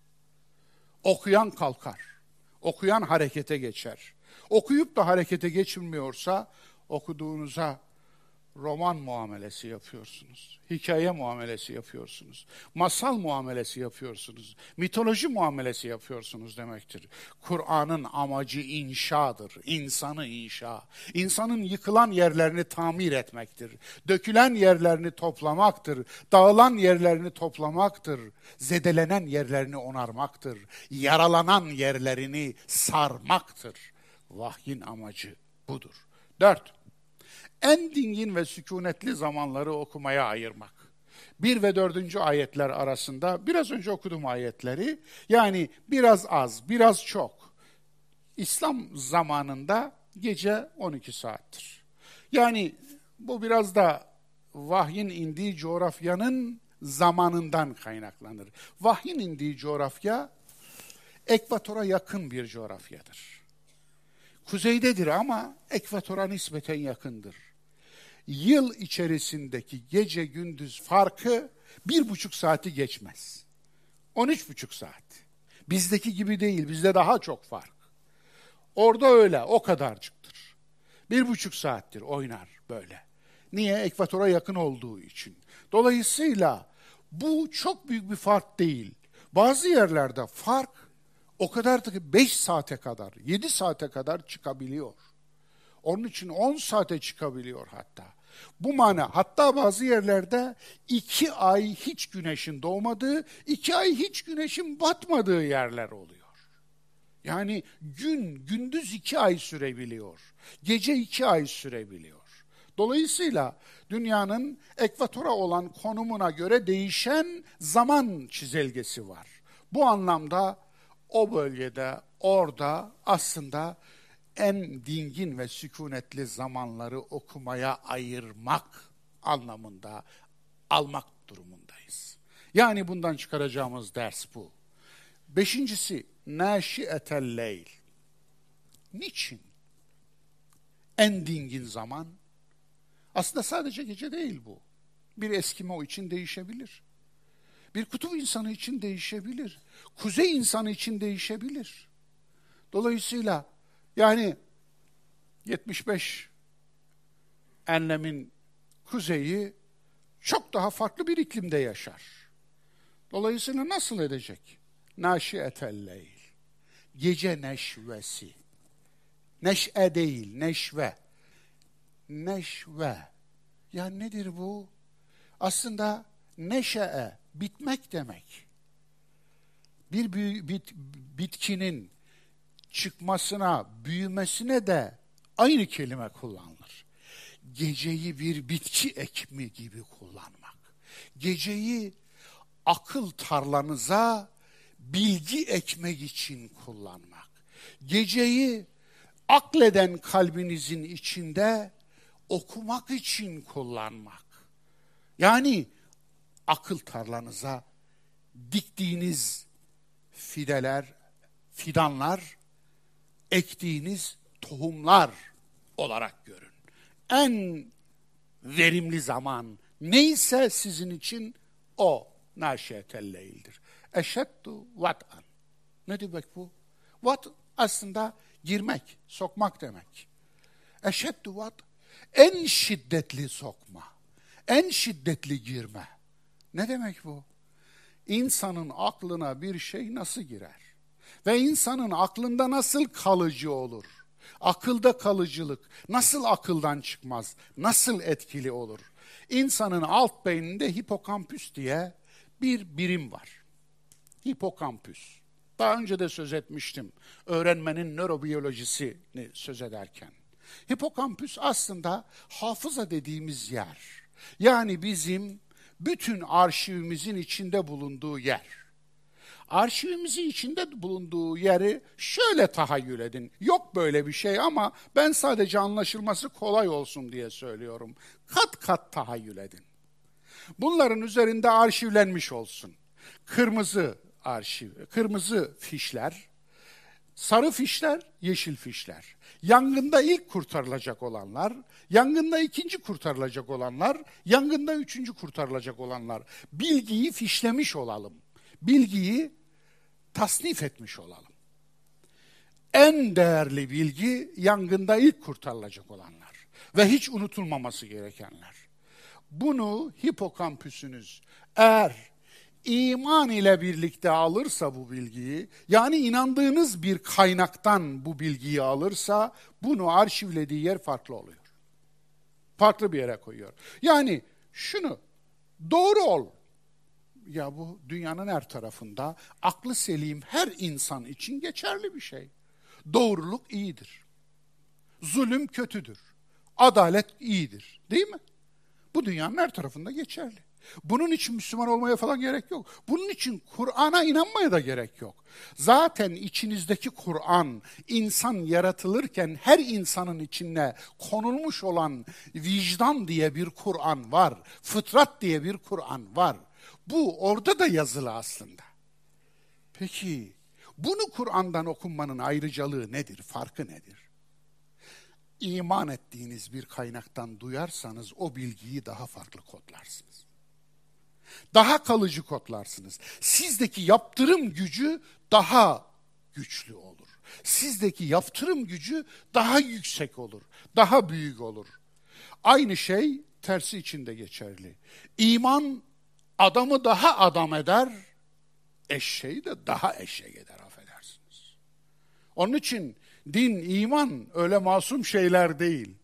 Okuyan kalkar. Okuyan harekete geçer. Okuyup da harekete geçilmiyorsa okuduğunuza roman muamelesi yapıyorsunuz. Hikaye muamelesi yapıyorsunuz. Masal muamelesi yapıyorsunuz. Mitoloji muamelesi yapıyorsunuz demektir. Kur'an'ın amacı inşadır. İnsanı inşa. İnsanın yıkılan yerlerini tamir etmektir. Dökülen yerlerini toplamaktır. Dağılan yerlerini toplamaktır. Zedelenen yerlerini onarmaktır. Yaralanan yerlerini sarmaktır. Vahyin amacı budur. 4. En dingin ve sükunetli zamanları okumaya ayırmak. 1 ve 4. ayetler arasında biraz önce okuduğum ayetleri, yani biraz az, biraz çok. İslam zamanında gece 12 saattir. Yani bu biraz da vahyin indiği coğrafyanın zamanından kaynaklanır. Vahyin indiği coğrafya ekvatora yakın bir coğrafyadır. Kuzeydedir ama ekvatora nispeten yakındır. Yıl içerisindeki gece gündüz farkı 1,5 saati geçmez. 13,5 saat. Bizdeki gibi değil, bizde daha çok fark. Orada öyle, o kadarcıktır. 1,5 saattir oynar böyle. Niye? Ekvatora yakın olduğu için. Dolayısıyla bu çok büyük bir fark değil. Bazı yerlerde fark o kadar ki 5 saate kadar, 7 saate kadar çıkabiliyor. Onun için 10 saate çıkabiliyor hatta. Bu mana, hatta bazı yerlerde 2 ay hiç güneşin doğmadığı, 2 ay hiç güneşin batmadığı yerler oluyor. Yani gündüz 2 ay sürebiliyor. Gece 2 ay sürebiliyor. Dolayısıyla dünyanın ekvatora olan konumuna göre değişen zaman çizelgesi var. Bu anlamda o bölgede, orada aslında en dingin ve sükunetli zamanları okumaya ayırmak anlamında almak durumundayız. Yani bundan çıkaracağımız ders bu. 5. Nâşi'etel leyl. Niçin? En dingin zaman. Aslında sadece gece değil bu. Bir Eskimo için değişebilir. Bir kutup insanı için değişebilir. Kuzey insanı için değişebilir. Dolayısıyla yani 75 enlemin kuzeyi çok daha farklı bir iklimde yaşar. Dolayısıyla nasıl edecek? Nâşi'etel leyl. Gece neşvesi. Neşe değil, neşve. Neşve. Ya nedir bu? Aslında neşe, bitmek demek. Bir bitkinin çıkmasına, büyümesine de aynı kelime kullanılır. Geceyi bir bitki ekimi gibi kullanmak. Geceyi akıl tarlanıza bilgi ekmek için kullanmak. Geceyi akleden kalbinizin içinde okumak için kullanmak. Yani akıl tarlanıza diktiğiniz fideler fidanlar, ektiğiniz tohumlar olarak görün. En verimli zaman neyse sizin için o naşiyetelleyldir. Eşeddu vat'an. Ne demek bu? Vat aslında girmek, sokmak demek. Eşeddu vat, en şiddetli sokma, en şiddetli girme. Ne demek bu? İnsanın aklına bir şey nasıl girer? Ve insanın aklında nasıl kalıcı olur? Akılda kalıcılık nasıl akıldan çıkmaz? Nasıl etkili olur? İnsanın alt beyninde hipokampüs diye bir birim var. Hipokampüs. Daha önce de söz etmiştim öğrenmenin nörobiyolojisini söz ederken. Hipokampüs aslında hafıza dediğimiz yer. Yani bizim bütün arşivimizin içinde bulunduğu yer. Arşivimizin içinde bulunduğu yeri şöyle tahayyül edin. Yok böyle bir şey ama ben sadece anlaşılması kolay olsun diye söylüyorum. Kat kat tahayyül edin. Bunların üzerinde arşivlenmiş olsun. Kırmızı arşiv, kırmızı fişler, sarı fişler, yeşil fişler. Yangında ilk kurtarılacak olanlar, yangında ikinci kurtarılacak olanlar, yangında üçüncü kurtarılacak olanlar. Bilgiyi fişlemiş olalım. Bilgiyi tasnif etmiş olalım. En değerli bilgi yangında ilk kurtarılacak olanlar ve hiç unutulmaması gerekenler. Bunu hipokampüsünüz eğer iman ile birlikte alırsa bu bilgiyi, yani inandığınız bir kaynaktan bu bilgiyi alırsa, bunu arşivlediği yer farklı oluyor. Farklı bir yere koyuyor. Yani şunu, doğru ol. Ya bu dünyanın her tarafında aklı selim her insan için geçerli bir şey. Doğruluk iyidir. Zulüm kötüdür. Adalet iyidir. Değil mi? Bu dünyanın her tarafında geçerli. Bunun için Müslüman olmaya falan gerek yok. Bunun için Kur'an'a inanmaya da gerek yok. Zaten içinizdeki Kur'an, insan yaratılırken her insanın içine konulmuş olan vicdan diye bir Kur'an var. Fıtrat diye bir Kur'an var. Bu orada da yazılı aslında. Peki bunu Kur'an'dan okunmanın ayrıcalığı nedir, farkı nedir? İman ettiğiniz bir kaynaktan duyarsanız o bilgiyi daha farklı kodlarsınız. Daha kalıcı kodlarsınız. Sizdeki yaptırım gücü daha güçlü olur. Sizdeki yaptırım gücü daha yüksek olur, daha büyük olur. Aynı şey tersi için de geçerli. İman adamı daha adam eder, eşeği de daha eşek eder, affedersiniz. Onun için din, iman öyle masum şeyler değil.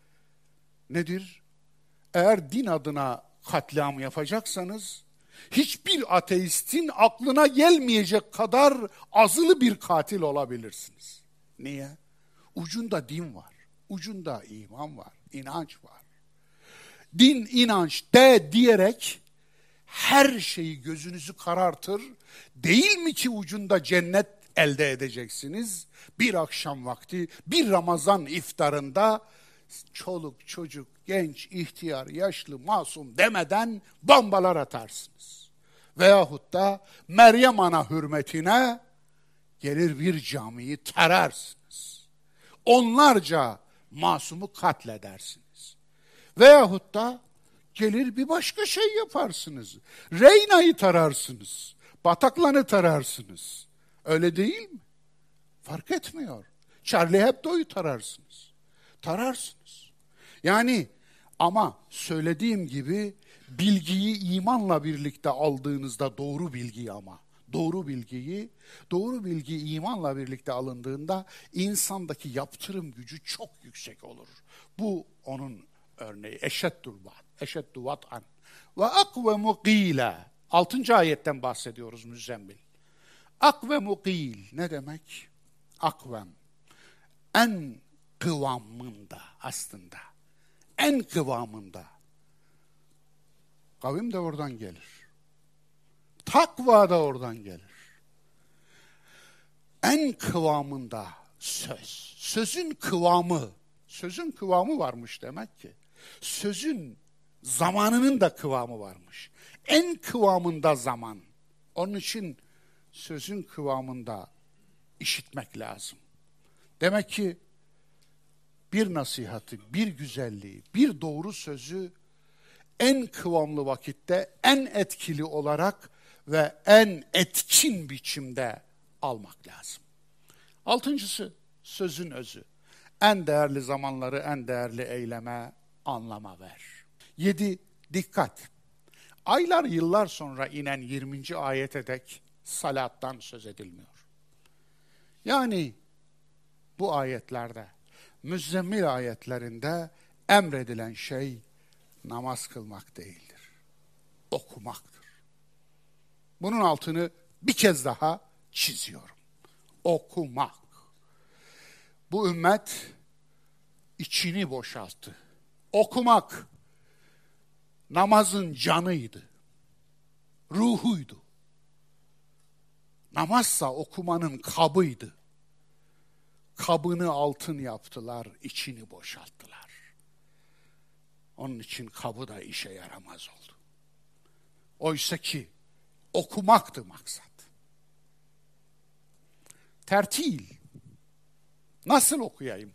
Nedir? Eğer din adına katliam yapacaksanız, hiçbir ateistin aklına gelmeyecek kadar azılı bir katil olabilirsiniz. Niye? Ucunda din var, ucunda iman var, inanç var. Din, inanç diyerek her şeyi gözünüzü karartır. Değil mi ki ucunda cennet elde edeceksiniz? Bir akşam vakti, bir Ramazan iftarında çoluk, çocuk, genç, ihtiyar, yaşlı, masum demeden bombalar atarsınız. Veyahut da Meryem Ana hürmetine gelir bir camiyi tararsınız. Onlarca masumu katledersiniz. Veyahut da gelir bir başka şey yaparsınız. Reyna'yı tararsınız. Bataklan'ı tararsınız. Öyle değil mi? Fark etmiyor. Charlie Hebdo'yu tararsınız. Tararsınız. Yani ama söylediğim gibi bilgiyi imanla birlikte aldığınızda doğru bilgiyi ama doğru bilgi imanla birlikte alındığında insandaki yaptırım gücü çok yüksek olur. Bu onun örneği. Eşeddu vat'an ve akvemu qîle. 6. ayetten bahsediyoruz Müzzemmil. Akvemu qîl ne demek? Akvem. En kıvamında aslında. En kıvamında. Kavim de oradan gelir. Takva da oradan gelir. En kıvamında söz. Sözün kıvamı. Sözün kıvamı varmış demek ki. Sözün zamanının da kıvamı varmış. En kıvamında zaman. Onun için sözün kıvamında işitmek lazım. Demek ki bir nasihatı, bir güzelliği, bir doğru sözü en kıvamlı vakitte, en etkili olarak ve en etkin biçimde almak lazım. Altıncısı, sözün özü. En değerli zamanları en değerli eyleme, anlama ver. 7. Dikkat. Aylar yıllar sonra inen 20. ayete dek salattan söz edilmiyor. Yani bu ayetlerde, Müzzemmil ayetlerinde emredilen şey namaz kılmak değildir. Okumaktır. Bunun altını bir kez daha çiziyorum. Okumak. Bu ümmet içini boşalttı. Okumak namazın canıydı. Ruhuydu. Namazsa okumanın kabıydı. Kabını altın yaptılar, içini boşalttılar. Onun için kabı da işe yaramaz oldu. Oysa ki okumaktı maksat. Tertil. Nasıl okuyayım?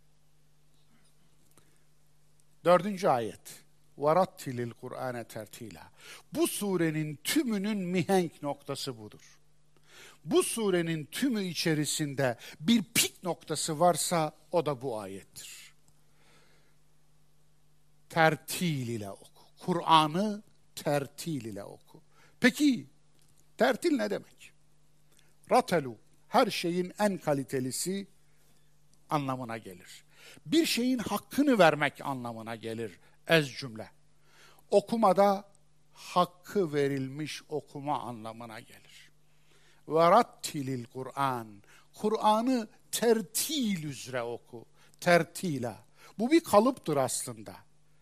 4. ayet. وَرَتِّلِ الْقُرْآنَ تَرْتِيلًا. Bu surenin tümünün mihenk noktası budur. Bu surenin tümü içerisinde bir pik noktası varsa o da bu ayettir. Tertil ile oku. Kur'an'ı tertil ile oku. Peki tertil ne demek? Ratelu, her şeyin en kalitelisi anlamına gelir. Bir şeyin hakkını vermek anlamına gelir ez cümle. Okumada hakkı verilmiş okuma anlamına gelir. Ve rattilil Kur'an. Kur'an'ı tertil üzere oku. Tertila. Bu bir kalıptır aslında.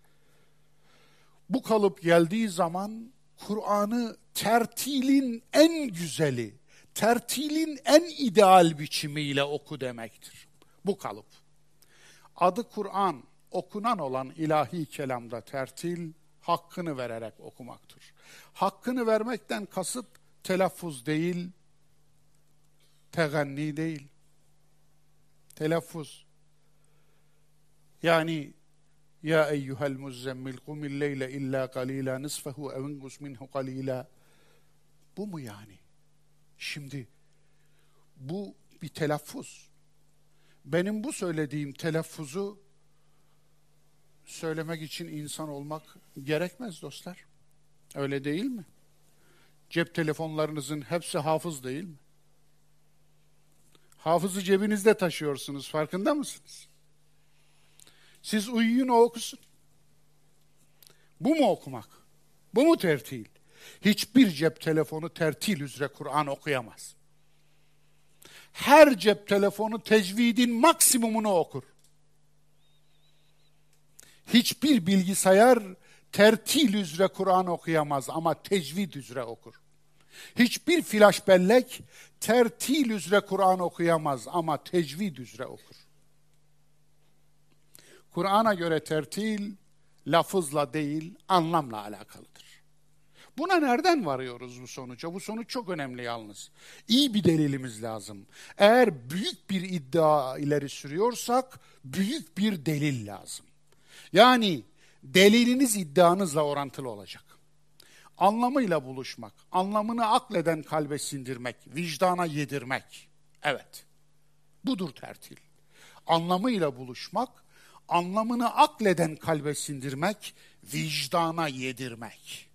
Bu kalıp geldiği zaman Kur'an'ı tertilin en güzeli, tertilin en ideal biçimiyle oku demektir. Bu kalıp. Adı Kur'an, okunan olan ilahi kelamda tertil, hakkını vererek okumaktır. Hakkını vermekten kasıt telaffuz değil, teganni değil. Telaffuz. Yani ya eyyuhel muzzemmil kumil leyle illa qalila nisfehu ev ingus minhu qalila. Bu mu yani? Şimdi bu bir telaffuz. Benim bu söylediğim telaffuzu söylemek için insan olmak gerekmez dostlar. Öyle değil mi? Cep telefonlarınızın hepsi hafız değil mi? Hafızı cebinizde taşıyorsunuz, farkında mısınız? Siz uyuyun, o okusun. Bu mu okumak? Bu mu tertil? Hiçbir cep telefonu tertil üzere Kur'an okuyamaz. Her cep telefonu tecvidin maksimumunu okur. Hiçbir bilgisayar tertil üzere Kur'an okuyamaz ama tecvid üzere okur. Hiçbir flash bellek tertil üzere Kur'an okuyamaz ama tecvid üzere okur. Kur'an'a göre tertil, lafızla değil, anlamla alakalıdır. Buna nereden varıyoruz bu sonuca? Bu sonuç çok önemli yalnız. İyi bir delilimiz lazım. Eğer büyük bir iddia ileri sürüyorsak, büyük bir delil lazım. Yani deliliniz iddianızla orantılı olacak. Anlamıyla buluşmak, anlamını akleden kalbe sindirmek, vicdana yedirmek. Evet, budur tertil. Anlamıyla buluşmak, anlamını akleden kalbe sindirmek, vicdana yedirmek.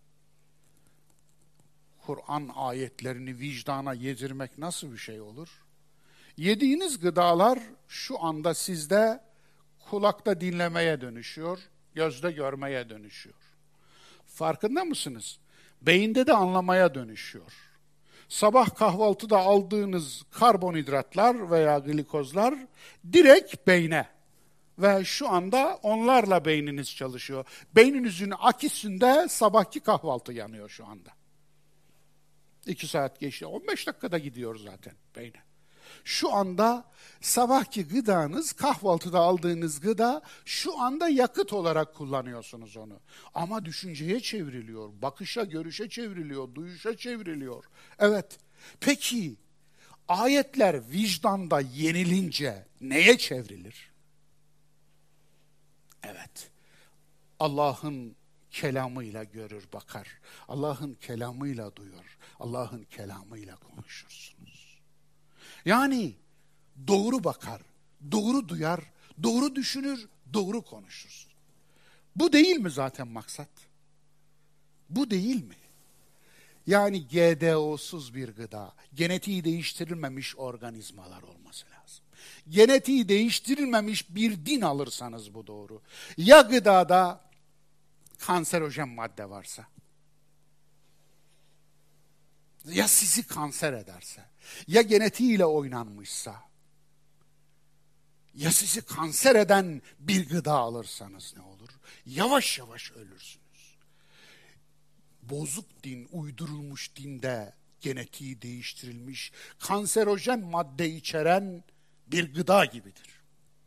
Kur'an ayetlerini vicdana yedirmek nasıl bir şey olur? Yediğiniz gıdalar şu anda sizde kulakta dinlemeye dönüşüyor, gözde görmeye dönüşüyor. Farkında mısınız? Beyinde de anlamaya dönüşüyor. Sabah kahvaltıda aldığınız karbonhidratlar veya glikozlar direkt beyne ve şu anda onlarla beyniniz çalışıyor. Beyninizin akisinde sabahki kahvaltı yanıyor şu anda. 2 saat geçti. 15 dakikada gidiyor zaten beyne. Şu anda sabahki gıdanız, kahvaltıda aldığınız gıda, şu anda yakıt olarak kullanıyorsunuz onu. Ama düşünceye çevriliyor, bakışa, görüşe çevriliyor, duyuşa çevriliyor. Evet, peki Ayetler vicdanda yenilince neye çevrilir? Evet, Allah'ın kelamıyla görür bakar. Allah'ın kelamıyla duyur. Allah'ın kelamıyla konuşursunuz. Yani doğru bakar, doğru duyar, doğru düşünür, doğru konuşursun. Bu değil mi zaten maksat? Bu değil mi? Yani GDO'suz bir gıda, genetiği değiştirilmemiş organizmalar olması lazım. Genetiği değiştirilmemiş bir din alırsanız bu doğru. Ya gıdada kanserojen madde varsa, ya sizi kanser ederse, ya genetiğiyle oynanmışsa, ya sizi kanser eden bir gıda alırsanız ne olur? Yavaş yavaş ölürsünüz. Bozuk din, uydurulmuş dinde genetiği değiştirilmiş, kanserojen madde içeren bir gıda gibidir.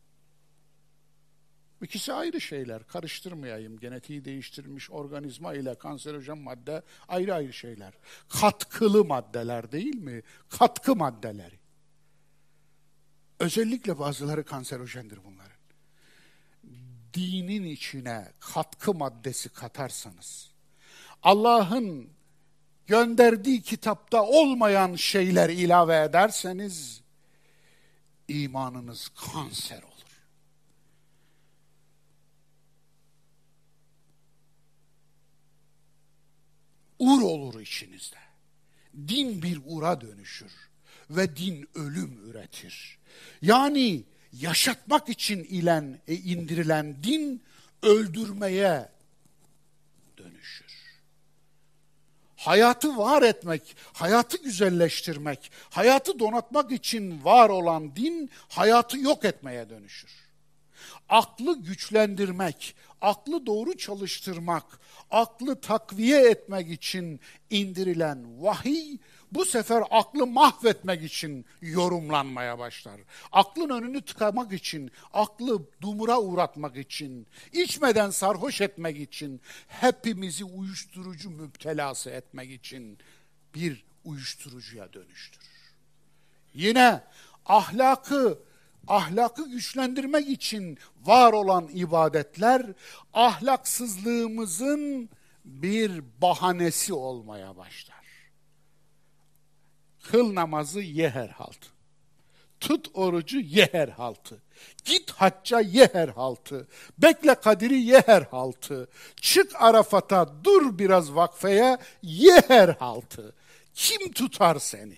İkisi ayrı şeyler, karıştırmayayım. Genetiği değiştirilmiş organizma ile kanserojen madde ayrı ayrı şeyler. Katkılı maddeler değil mi? Katkı maddeleri. Özellikle bazıları kanserojendir bunların. Dinin içine katkı maddesi katarsanız, Allah'ın gönderdiği kitapta olmayan şeyler ilave ederseniz, imanınız kanser olur. Ur olur içinizde. Din bir ura dönüşür ve din ölüm üretir. Yani yaşatmak için indirilen din öldürmeye dönüşür. Hayatı var etmek, hayatı güzelleştirmek, hayatı donatmak için var olan din hayatı yok etmeye dönüşür. Aklı güçlendirmek, aklı doğru çalıştırmak, aklı takviye etmek için indirilen vahiy, bu sefer aklı mahvetmek için yorumlanmaya başlar. Aklın önünü tıkamak için, aklı dumura uğratmak için, içmeden sarhoş etmek için, hepimizi uyuşturucu müptelası etmek için bir uyuşturucuya dönüştürür. Yine ahlakı güçlendirmek için var olan ibadetler, ahlaksızlığımızın bir bahanesi olmaya başlar. Kıl namazı ye her halt. Tut orucu ye her haltı. Git hacca ye her haltı. Bekle Kadir'i ye her haltı. Çık Arafat'a dur biraz vakfeye ye her haltı. Kim tutar seni?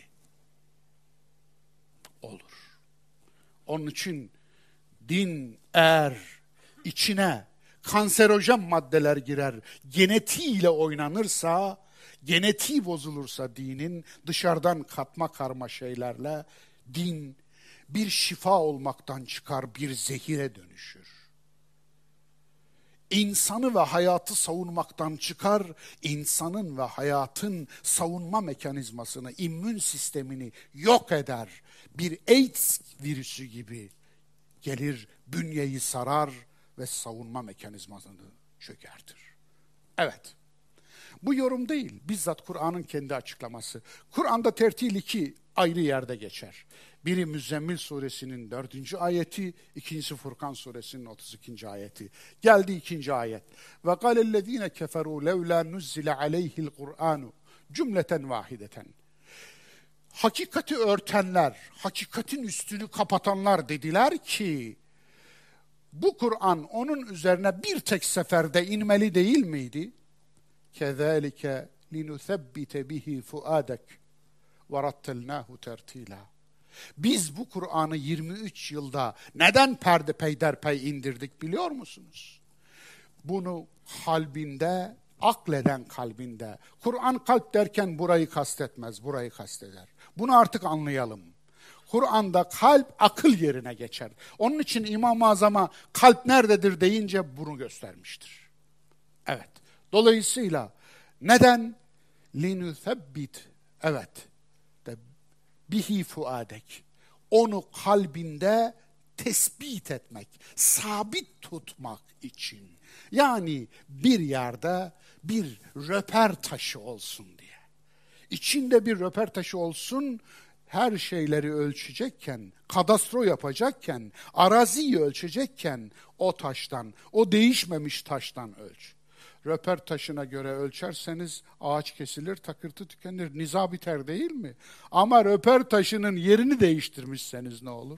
Olur. Onun için din eğer içine kanserojen maddeler girer, genetiğiyle oynanırsa, genetiği bozulursa dinin, dışarıdan katma karma şeylerle din bir şifa olmaktan çıkar, bir zehire dönüşür. İnsanı ve hayatı savunmaktan çıkar, insanın ve hayatın savunma mekanizmasını, immün sistemini yok eder. Bir AIDS virüsü gibi gelir, bünyeyi sarar ve savunma mekanizmasını çökertir. Evet, bu yorum değil, bizzat Kur'an'ın kendi açıklaması. Kur'an'da tertil iki ayrı yerde geçer. Biri Müzzemmil suresinin 4. ayeti, ikincisi Furkan suresinin 32. ayeti. Geldi ikinci ayet. Ve kâlellezîne keferû levlâ nuzzile aleyhil Kur'anu cümleten vahideten. Hakikati örtenler, hakikatin üstünü kapatanlar dediler ki, bu Kur'an onun üzerine bir tek seferde inmeli değil miydi? كَذَٰلِكَ لِنُثَبِّتَ بِهِ فُؤَادَكَ وَرَتَّلْنَاهُ تَرْتِيلًا. Biz bu Kur'an'ı 23 yılda neden peyderpey indirdik biliyor musunuz? Bunu kalbinde, akleden kalbinde. Kur'an kalp derken burayı kastetmez, burayı kasteder. Bunu artık anlayalım. Kur'an'da kalp akıl yerine geçer. Onun için İmam-ı Azam'a kalp nerededir deyince bunu göstermiştir. Evet. Dolayısıyla neden? Linüthebbit. Evet. Bihi fuadek. Onu kalbinde tespit etmek, sabit tutmak için. Yani bir yerde bir röper taşı olsun diye. İçinde bir röper taşı olsun, her şeyleri ölçecekken, kadastro yapacakken, araziyi ölçecekken o taştan, o değişmemiş taştan ölç. Röper taşına göre ölçerseniz ağaç kesilir, takırtı tükenir, niza biter değil mi? Ama röper taşının yerini değiştirmişseniz ne olur?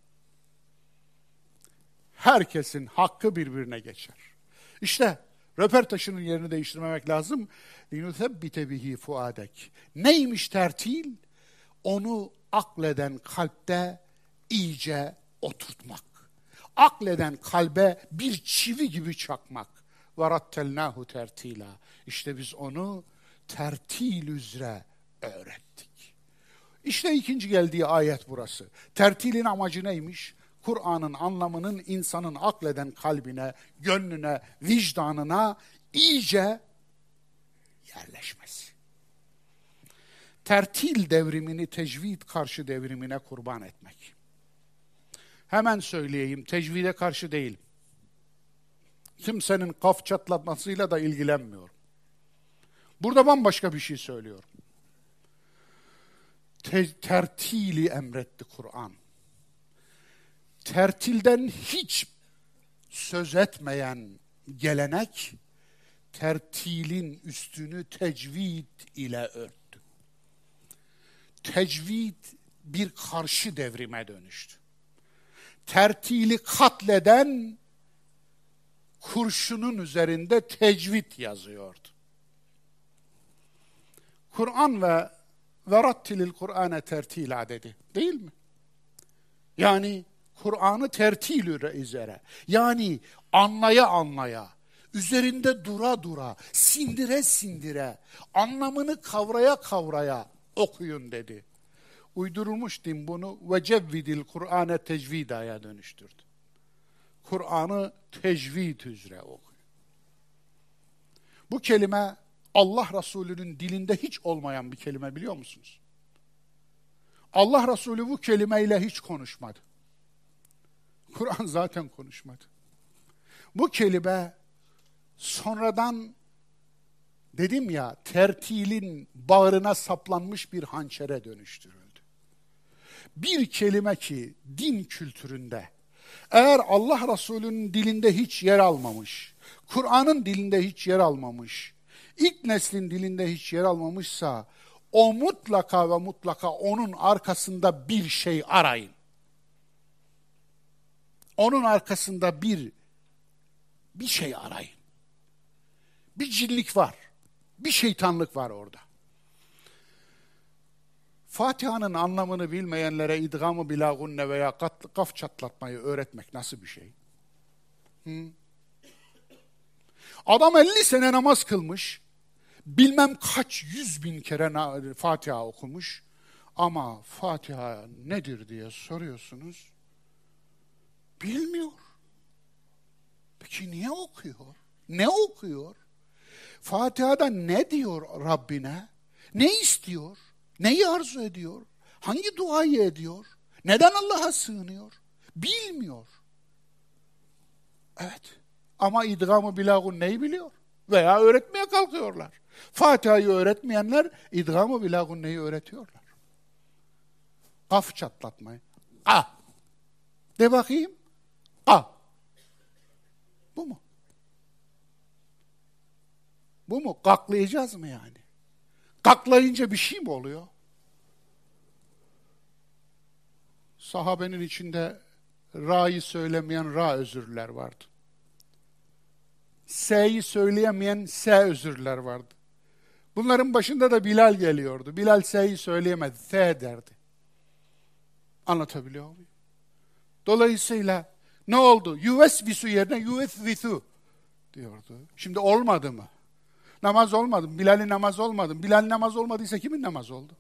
Herkesin hakkı birbirine geçer. İşte röper taşının yerini değiştirmemek lazım. لِنُثَبِّتَ بِهِ فُعَادَكِ. Neymiş tertil? Onu akleden kalpte iyice oturtmak. Akleden kalbe bir çivi gibi çakmak. وَرَتَّلْنَاهُ tertila. İşte biz onu tertil üzere öğrettik. İşte ikinci geldiği ayet burası. Tertilin amacı neymiş? Kur'an'ın anlamının insanın akleden kalbine, gönlüne, vicdanına iyice yerleşmesi. Tertil devrimini tecvid karşı devrimine kurban etmek. Hemen söyleyeyim, tecvide karşı değilim. Kimsenin kaf çatlatmasıyla da ilgilenmiyorum. Burada bambaşka bir şey söylüyorum. Tertili emretti Kur'an. Tertilden hiç söz etmeyen gelenek, tertilin üstünü tecvid ile örttü. Tecvid bir karşı devrime dönüştü. Tertili katleden kurşunun üzerinde tecvid yazıyordu. Kur'an ve verattilil Kur'ane tertila dedi. Değil mi? Yani Kur'an'ı tertil üzere. Yani anlaya anlaya, üzerinde dura dura, sindire sindire, anlamını kavraya kavraya okuyun dedi. Uydurulmuş din bunu ve cevvidil Kur'ane tecvidaya dönüştürdü. Kur'an'ı tecvid üzere okuyun. Bu kelime Allah Resulü'nün dilinde hiç olmayan bir kelime, biliyor musunuz? Allah Resulü bu kelimeyle hiç konuşmadı. Kur'an zaten konuşmadı. Bu kelime sonradan, dedim ya, tertilin bağrına saplanmış bir hançere dönüştürüldü. Bir kelime ki din kültüründe eğer Allah Resulü'nün dilinde hiç yer almamış, Kur'an'ın dilinde hiç yer almamış, ilk neslin dilinde hiç yer almamışsa, o mutlaka ve mutlaka onun arkasında bir şey arayın. Onun arkasında bir şey arayın. Bir cinlik var. Bir şeytanlık var orada. Fatiha'nın anlamını bilmeyenlere idgamı bila gunne veya kaf çatlatmayı öğretmek nasıl bir şey? Adam 50 sene namaz kılmış, bilmem kaç 100.000 kere Fatiha okumuş ama Fatiha nedir diye soruyorsunuz, bilmiyor. Peki niye okuyor? Ne okuyor? Fatiha'da ne diyor Rabbine? Ne istiyor? Neyi arzu ediyor? Hangi duayı ediyor? Neden Allah'a sığınıyor? Bilmiyor. Evet. Ama idgamı bilagun neyi biliyor? Veya öğretmeye kalkıyorlar. Fatiha'yı öğretmeyenler idgamı bilagun neyi öğretiyorlar? Kaf çatlatmayı. A. De bakayım. A. Bu mu? Bu mu? Kaklayacağız mı yani? Kaklayınca bir şey mi oluyor? Sahabenin içinde ra'yı söylemeyen ra özürler vardı. S'yi söyleyemeyen S özürler vardı. Bunların başında da Bilal geliyordu. Bilal S'yi söyleyemedi, S derdi. Anlatabiliyor muyum? Dolayısıyla ne oldu? Yüvesvisu yerine yüvesvisu diyordu. Şimdi olmadı mı? Namaz olmadı mı? Bilal'in namaz olmadı mı? Bilal namaz olmadıysa kimin namaz oldu?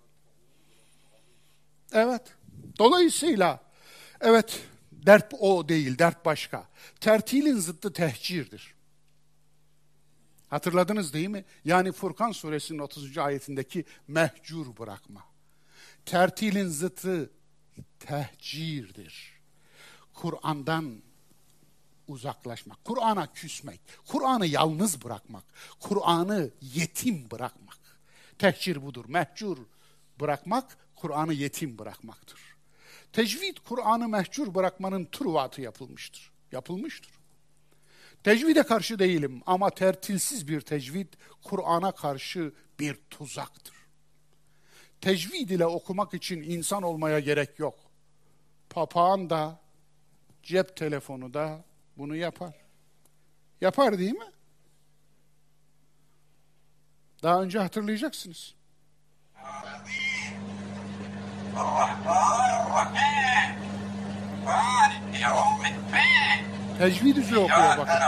Evet. Dolayısıyla evet, dert o değil, dert başka. Tertilin zıttı tehcirdir. Hatırladınız değil mi? Yani Furkan suresinin 30. ayetindeki mehcur bırakma. Tertilin zıttı tehcirdir. Kur'an'dan uzaklaşmak, Kur'an'a küsmek, Kur'an'ı yalnız bırakmak, Kur'an'ı yetim bırakmak. Tehcir budur, mehcur bırakmak, Kur'an'ı yetim bırakmaktır. Tecvid, Kur'an'ı mehcur bırakmanın turvatı yapılmıştır. Yapılmıştır. Tecvide karşı değilim ama tertilsiz bir tecvid, Kur'an'a karşı bir tuzaktır. Tecvid ile okumak için insan olmaya gerek yok. Papağan da, cep telefonu da bunu yapar. Yapar değil mi? Daha önce hatırlayacaksınız. Tecvid üzere okuyor bakın.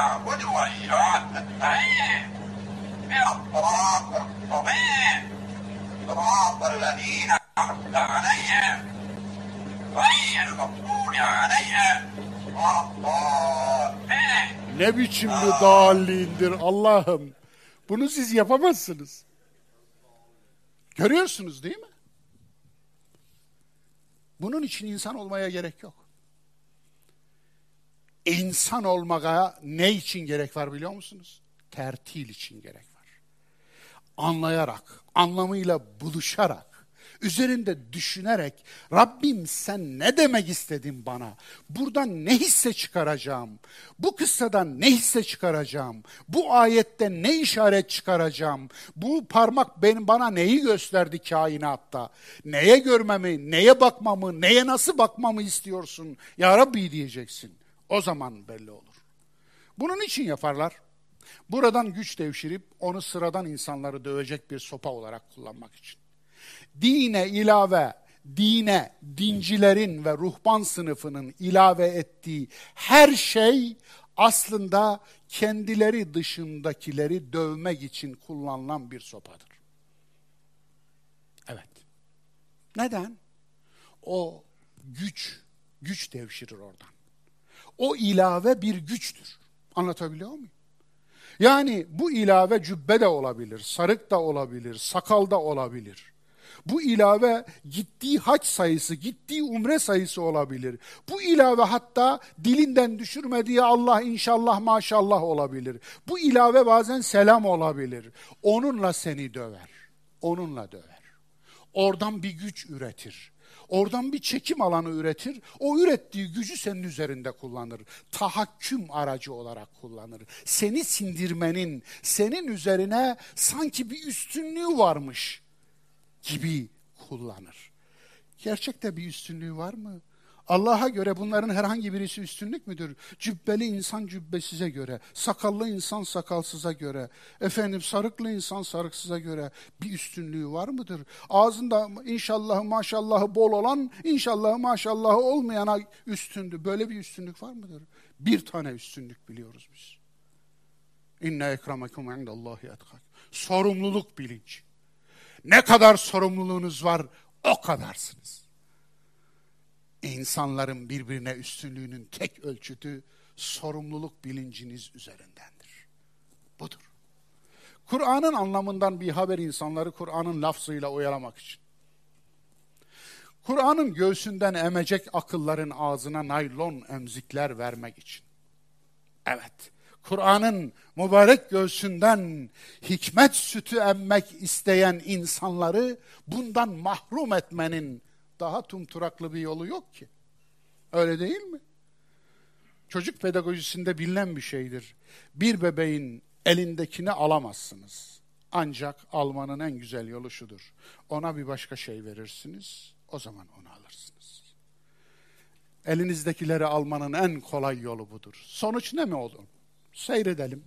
Ne biçim bir dağılliğindir Allah'ım. Bunu siz yapamazsınız. Görüyorsunuz değil mi? Bunun için insan olmaya gerek yok. İnsan olmaya ne için gerek var biliyor musunuz? Tertil için gerek var. Anlayarak, anlamıyla buluşarak, üzerinde düşünerek, Rabbim sen ne demek istedin bana? Buradan ne hisse çıkaracağım? Bu kıssadan ne hisse çıkaracağım? Bu ayette ne işaret çıkaracağım? Bu parmak bana neyi gösterdi kainatta? Neye görmemi, neye bakmamı, neye nasıl bakmamı istiyorsun? Ya Rabbi diyeceksin. O zaman belli olur. Bunun için yaparlar. Buradan güç devşirip onu sıradan insanları dövecek bir sopa olarak kullanmak için. Dine ilave, dincilerin ve ruhban sınıfının ilave ettiği her şey aslında kendileri dışındakileri dövmek için kullanılan bir sopadır. Evet. Neden? O güç devşirir oradan. O ilave bir güçtür. Anlatabiliyor muyum? Yani bu ilave cübbe de olabilir, sarık da olabilir, sakal da olabilir. Bu ilave gittiği hac sayısı, gittiği umre sayısı olabilir. Bu ilave hatta dilinden düşürmediği Allah inşallah maşallah olabilir. Bu ilave bazen selam olabilir. Onunla seni döver, onunla döver. Oradan bir güç üretir. Oradan bir çekim alanı üretir. O ürettiği gücü senin üzerinde kullanır. Tahakküm aracı olarak kullanır. Seni sindirmenin, senin üzerine sanki bir üstünlüğü varmış gibi kullanır. Gerçekte bir üstünlüğü var mı? Allah'a göre bunların herhangi birisi üstünlük müdür? Cübbeli insan cübbesize göre, sakallı insan sakalsıza göre, sarıklı insan sarıksıza göre bir üstünlüğü var mıdır? Ağzında inşallahı maşallahı bol olan, inşallahı maşallahı olmayana üstündür. Böyle bir üstünlük var mıdır? Bir tane üstünlük biliyoruz biz. İnne ekremekum indallahi etkâkum. Sorumluluk bilinci. Ne kadar sorumluluğunuz var, o kadarsınız. İnsanların birbirine üstünlüğünün tek ölçütü sorumluluk bilinciniz üzerindendir. Budur. Kur'an'ın anlamından bir haber insanları Kur'an'ın lafzıyla oyalamak için. Kur'an'ın göğsünden emecek akılların ağzına naylon emzikler vermek için. Evet, Kur'an'ın mübarek göğsünden hikmet sütü emmek isteyen insanları bundan mahrum etmenin daha tumturaklı bir yolu yok ki. Öyle değil mi? Çocuk pedagojisinde bilinen bir şeydir. Bir bebeğin elindekini alamazsınız. Ancak almanın en güzel yolu şudur. Ona bir başka şey verirsiniz, o zaman onu alırsınız. Elinizdekileri almanın en kolay yolu budur. Sonuç ne mi oldu? Seyredelim.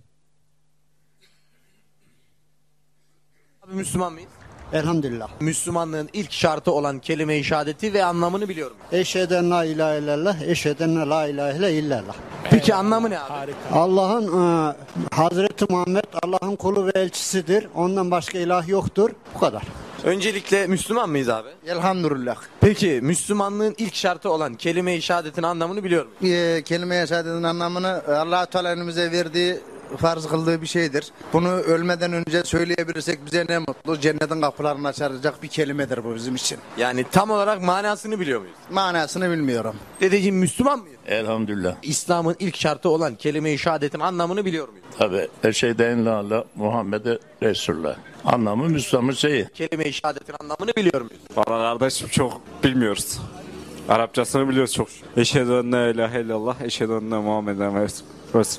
Abi Müslüman mıyız? Elhamdülillah. Müslümanlığın ilk şartı olan kelime-i şehadeti ve anlamını biliyorum. Eşheden la ilahe illallah, eşheden la ilahe illallah. Peki anlamı ne abi? Harika. Allah'ın Hazreti Muhammed Allah'ın kulu ve elçisidir. Ondan başka ilah yoktur. Bu kadar. Öncelikle Müslüman mıyız abi? Elhamdülillah. Peki Müslümanlığın ilk şartı olan kelime-i şehadetin anlamını biliyorum. Kelime-i şehadetin anlamını Allah-u Teala önümüze verdiği farz kıldığı bir şeydir. Bunu ölmeden önce söyleyebilirsek bize ne mutlu. Cennetin kapılarını açacak bir kelimedir bu bizim için. Yani tam olarak manasını biliyor muyuz? Manasını bilmiyorum. Dedeciğim Müslüman mıyız? Elhamdülillah. İslam'ın ilk şartı olan kelime-i şehadetin anlamını biliyor muyuz? Tabi eşhedü la ilahe Muhammed Resulullah. Anlamı Müslümanın şeyi. Kelime-i şehadetin anlamını biliyor muyuz? Valla kardeşim çok bilmiyoruz. Arapçasını biliyoruz çok. Eşhedü en la ilahe illallah, eşhedü enne Muhammeden Resul.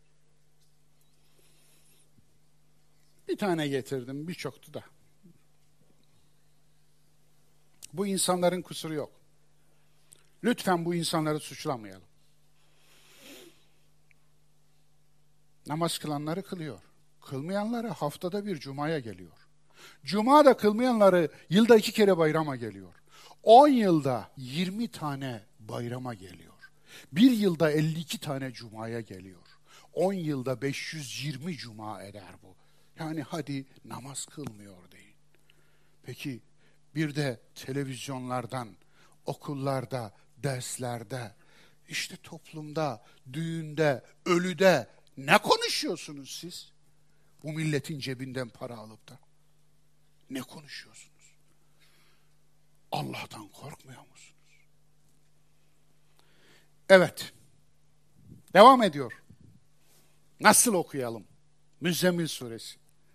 Bir tane getirdim, birçoktu da. Bu insanların kusuru yok. Lütfen bu insanları suçlamayalım. Namaz kılanları kılıyor. Kılmayanları haftada bir cumaya geliyor. Cuma da kılmayanları yılda 2 kere bayrama geliyor. 10 yılda 20 tane bayrama geliyor. Bir yılda 52 tane cumaya geliyor. 10 yılda 520 cuma eder bu. Yani hadi namaz kılmıyor deyin. Peki bir de televizyonlardan, okullarda, derslerde, işte toplumda, düğünde, ölüde ne konuşuyorsunuz siz? Bu milletin cebinden para alıp da. Ne konuşuyorsunuz? Allah'tan korkmuyor musunuz? Evet. Devam ediyor. Nasıl okuyalım? Müzzemmil suresi.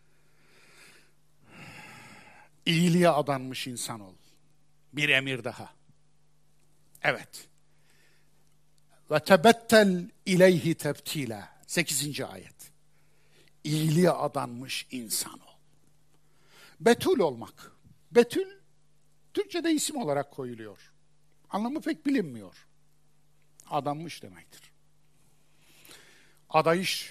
İyiliğe adanmış insan ol. Bir emir daha. Evet. Ve tebettel ileyhi tebtila. 8. ayet. İyiliğe adanmış insan ol. Betül olmak. Betül, Türkçe'de isim olarak koyuluyor. Anlamı pek bilinmiyor. Adanmış demektir. Adayış.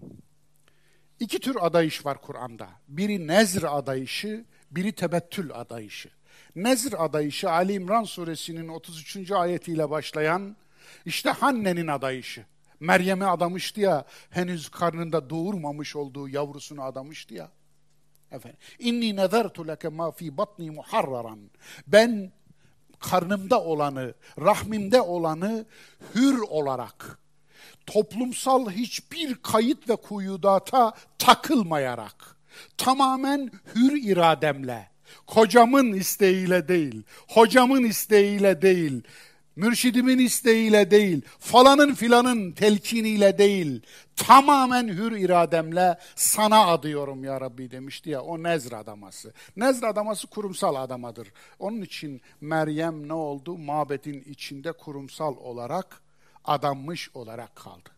2 tür adayış var Kur'an'da. Biri nezr adayışı, biri tebettül adayışı. Nezr adayışı Ali İmran suresinin 33. ayetiyle başlayan işte Hanne'nin adayışı. Meryem'i adamıştı ya, henüz karnında doğurmamış olduğu yavrusunu adamıştı ya. Efendim, İnni nezertu leke ma fi batni muharraran. Ben karnımda olanı, rahmimde olanı hür olarak, toplumsal hiçbir kayıt ve kuyudata takılmayarak, tamamen hür irademle, kocamın isteğiyle değil, hocamın isteğiyle değil, mürşidimin isteğiyle değil, falanın filanın telkiniyle değil, tamamen hür irademle sana adıyorum ya Rabbi demişti ya, o nezr adaması. Nezr adaması kurumsal adamadır. Onun için Meryem ne oldu? Mabedin içinde kurumsal olarak adanmış olarak kaldı.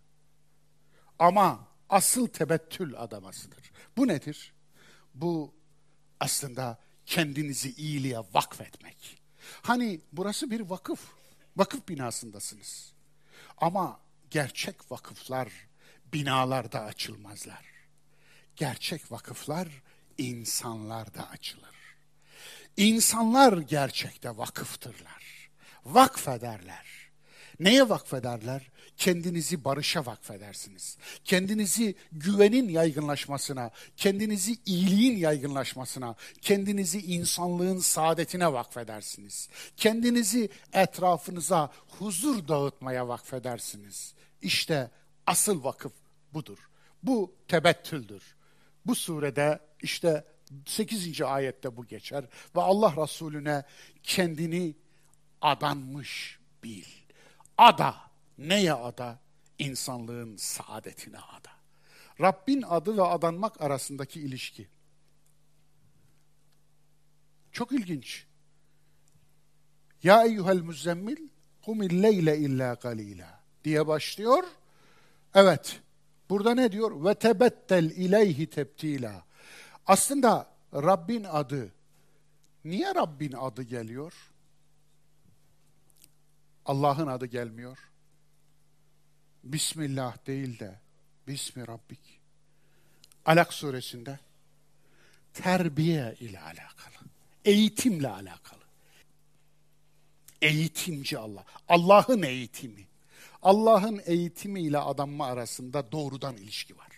Ama asıl tebettül adamasıdır. Bu nedir? Bu aslında kendinizi iyiliğe vakfetmek. Hani burası bir vakıf. Vakıf binasındasınız. Ama gerçek vakıflar binalarda açılmazlar. Gerçek vakıflar insanlarda açılır. İnsanlar gerçekte vakıftırlar. Vakfederler. Neye vakfederler? Kendinizi barışa vakfedersiniz. Kendinizi güvenin yaygınlaşmasına, kendinizi iyiliğin yaygınlaşmasına, kendinizi insanlığın saadetine vakfedersiniz. Kendinizi etrafınıza huzur dağıtmaya vakfedersiniz. İşte asıl vakıf budur. Bu tebettüldür. Bu surede işte 8. ayette bu geçer. Ve Allah Resulüne kendini adanmış bil. Ada. Neye ada? İnsanlığın saadetine ada. Rabbin adı ve adanmak arasındaki ilişki. Çok ilginç. Ya eyyuhel müzzemmil kumil leyle illa galila diye başlıyor. Evet. Burada ne diyor? Ve tebettel ileyhi tebtila. Aslında Rabbin adı. Niye Rabbin adı geliyor? Allah'ın adı gelmiyor. Bismillah değil de Bismi Rabbik. Alak suresinde terbiye ile alakalı. Eğitimle alakalı. Eğitimci Allah. Allah'ın eğitimi. Allah'ın eğitimiyle adanma arasında doğrudan ilişki var.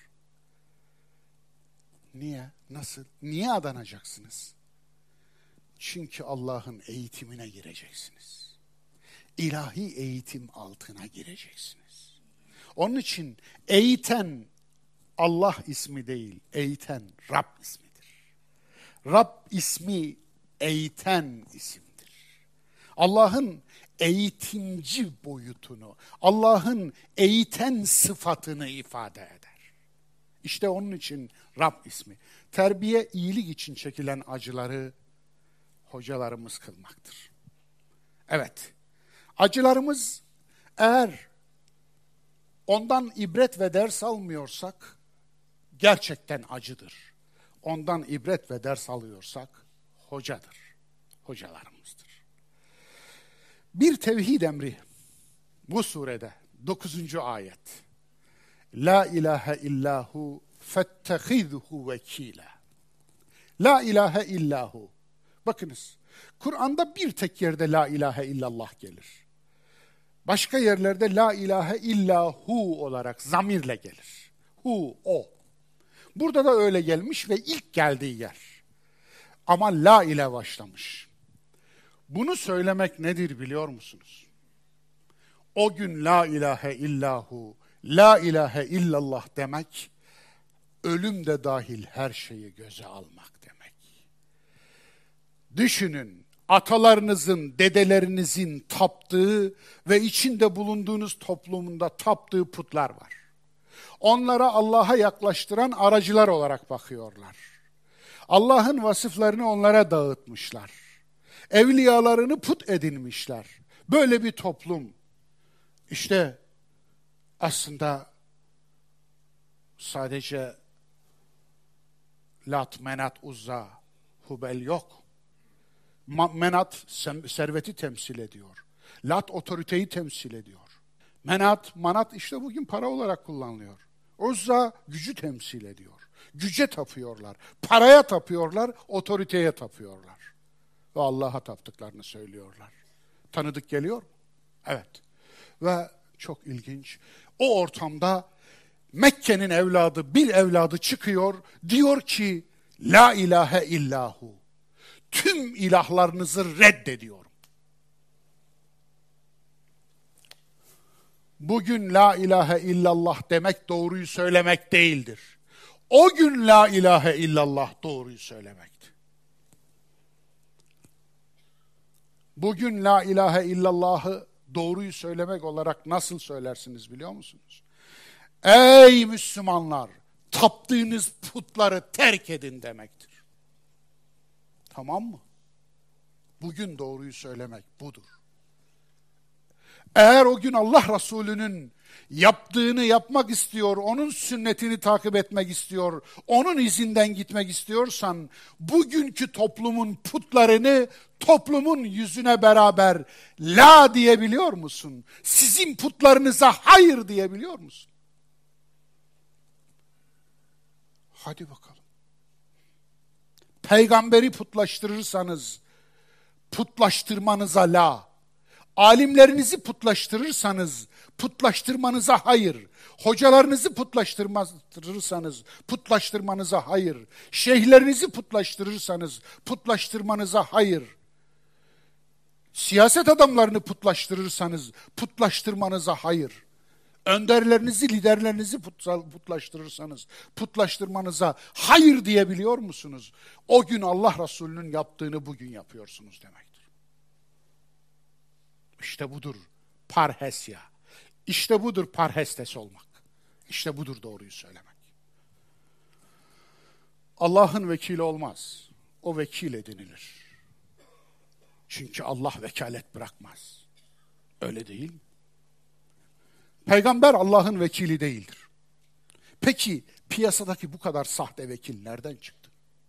Niye? Nasıl? Niye adanacaksınız? Çünkü Allah'ın eğitimine gireceksiniz. İlahi eğitim altına gireceksiniz. Onun için eğiten Allah ismi değil, eğiten Rab ismidir. Rab ismi eğiten isimdir. Allah'ın eğitimci boyutunu, Allah'ın eğiten sıfatını ifade eder. İşte onun için Rab ismi. Terbiye, iyilik için çekilen acıları hocalarımız kılmaktır. Evet, acılarımız eğer ondan ibret ve ders almıyorsak gerçekten acıdır. Ondan ibret ve ders alıyorsak hocadır, hocalarımızdır. Bir tevhid emri bu surede 9. ayet. La ilahe illahu fettehidhu vekila. La ilahe illahu. Bakınız, Kur'an'da bir tek yerde la ilahe illallah gelir. Başka yerlerde la ilahe illahu olarak zamirle gelir. Hu, o. Burada da öyle gelmiş ve ilk geldiği yer. Ama la ile başlamış. Bunu söylemek nedir biliyor musunuz? O gün la ilahe illahu, la ilahe illallah demek, ölüm de dahil her şeyi göze almak demek. Düşünün, atalarınızın, dedelerinizin taptığı ve içinde bulunduğunuz toplumunda taptığı putlar var. Onlara Allah'a yaklaştıran aracılar olarak bakıyorlar. Allah'ın vasıflarını onlara dağıtmışlar. Evliyalarını put edinmişler. Böyle bir toplum. İşte aslında sadece Lat, Menat, Uzza, Hubel yok. Menat serveti temsil ediyor. Lat otoriteyi temsil ediyor. Manat işte bugün para olarak kullanılıyor. Uzza gücü temsil ediyor. Güce tapıyorlar. Paraya tapıyorlar, otoriteye tapıyorlar. Ve Allah'a taptıklarını söylüyorlar. Tanıdık geliyor mu? Evet. Ve çok ilginç. O ortamda Mekke'nin evladı, bir evladı çıkıyor. Diyor ki, la ilahe illahu. Tüm ilahlarınızı reddediyorum. Bugün la ilahe illallah demek doğruyu söylemek değildir. O gün la ilahe illallah doğruyu söylemekti. Bugün la ilahe illallahı doğruyu söylemek olarak nasıl söylersiniz biliyor musunuz? Ey Müslümanlar, taptığınız putları terk edin demektir. Tamam mı? Bugün doğruyu söylemek budur. Eğer o gün Allah Resulü'nün yaptığını yapmak istiyor, onun sünnetini takip etmek istiyor, onun izinden gitmek istiyorsan, bugünkü toplumun putlarını toplumun yüzüne beraber la diyebiliyor musun? Sizin putlarınıza hayır diyebiliyor musun? Hadi bakalım. Peygamberi putlaştırırsanız, putlaştırmanıza la. Alimlerinizi putlaştırırsanız, putlaştırmanıza hayır. Hocalarınızı putlaştırırsanız, putlaştırmanıza hayır. Şeyhlerinizi putlaştırırsanız, putlaştırmanıza hayır. Siyaset adamlarını putlaştırırsanız, putlaştırmanıza hayır. Önderlerinizi, liderlerinizi putlaştırırsanız, putlaştırmanıza hayır diyebiliyor musunuz? O gün Allah Resulü'nün yaptığını bugün yapıyorsunuz demektir. İşte budur parhesya. İşte budur parhestes olmak. İşte budur doğruyu söylemek. Allah'ın vekili olmaz. O vekil edinilir. Çünkü Allah vekalet bırakmaz. Öyle değil mi? Peygamber Allah'ın vekili değildir. Peki piyasadaki bu kadar sahte vekil nereden çıktı?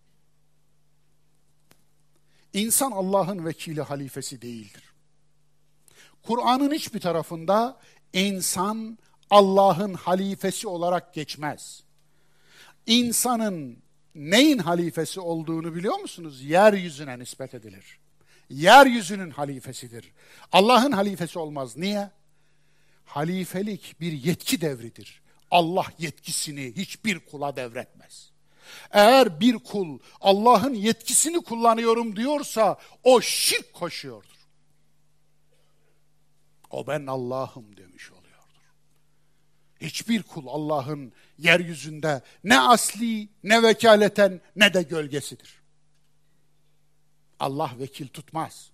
İnsan Allah'ın vekili, halifesi değildir. Kur'an'ın hiçbir tarafında insan Allah'ın halifesi olarak geçmez. İnsanın neyin halifesi olduğunu biliyor musunuz? Yeryüzüne nispet edilir. Yeryüzünün halifesidir. Allah'ın halifesi olmaz. Niye? Halifelik bir yetki devridir. Allah yetkisini hiçbir kula devretmez. Eğer bir kul Allah'ın yetkisini kullanıyorum diyorsa o şirk koşuyordur. O ben Allah'ım demiş oluyordur. Hiçbir kul Allah'ın yeryüzünde ne asli, ne vekaleten, ne de gölgesidir. Allah vekil tutmaz.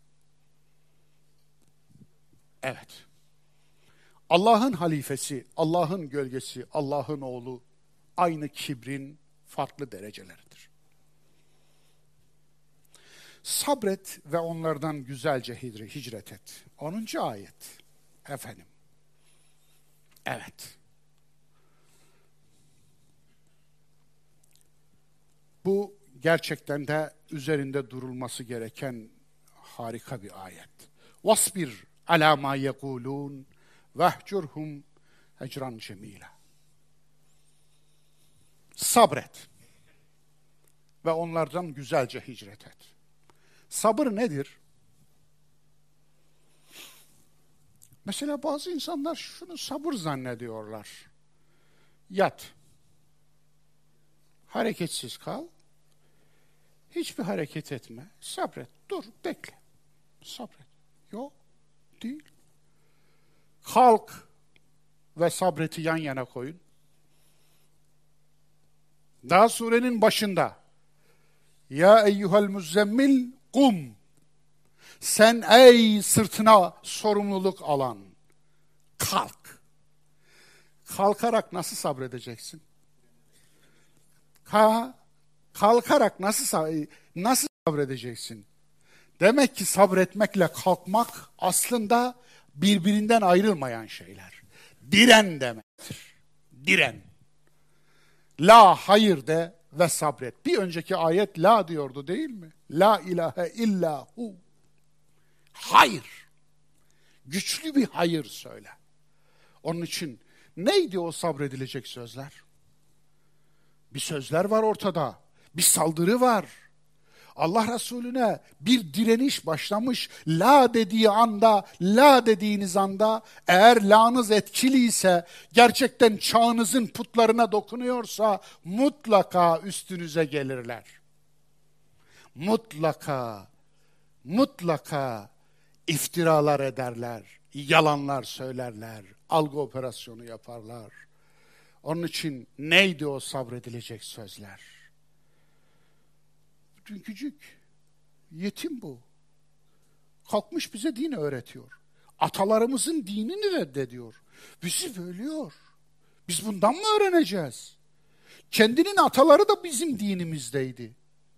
Evet. Allah'ın halifesi, Allah'ın gölgesi, Allah'ın oğlu aynı kibrin farklı dereceleridir. Sabret ve onlardan güzelce hicret et. 10. ayet. Efendim. Evet. Bu gerçekten de üzerinde durulması gereken harika bir ayet. Vasbir alâ mâ yekûlûn vehcurhum hecran cemîlâ. Sabret ve onlardan güzelce hicret et. Sabır nedir? Mesela bazı insanlar şunu sabır zannediyorlar. Yat. Hareketsiz kal. Hiçbir hareket etme. Sabret. Dur. Bekle. Sabret. Yok. Değil. Kalk ve sabreti yan yana koyun. Daha surenin başında ya eyyuhel muzzemmil kum. Sen ey sırtına sorumluluk alan. Kalk. Kalkarak nasıl sabredeceksin? Kalkarak nasıl sabredeceksin? Demek ki sabretmekle kalkmak aslında birbirinden ayrılmayan şeyler. Diren demektir. Diren. La hayır de ve sabret. Bir önceki ayet la diyordu değil mi? La ilahe illa hu. Hayır. Güçlü bir hayır söyle. Onun için neydi o sabredilecek sözler? Bir sözler var ortada. Bir saldırı var. Allah Resulüne bir direniş başlamış. La dediği anda, la dediğiniz anda eğer la'nız etkiliyse, gerçekten çağınızın putlarına dokunuyorsa mutlaka üstünüze gelirler. Mutlaka iftiralar ederler, yalanlar söylerler, algı operasyonu yaparlar. Onun için neydi o sabredilecek sözler? Dünkücük, yetim bu. Kalkmış bize din öğretiyor. Atalarımızın dinini reddediyor. Bizi bölüyor. Biz bundan mı öğreneceğiz? Kendinin ataları da bizim dinimizdeydi.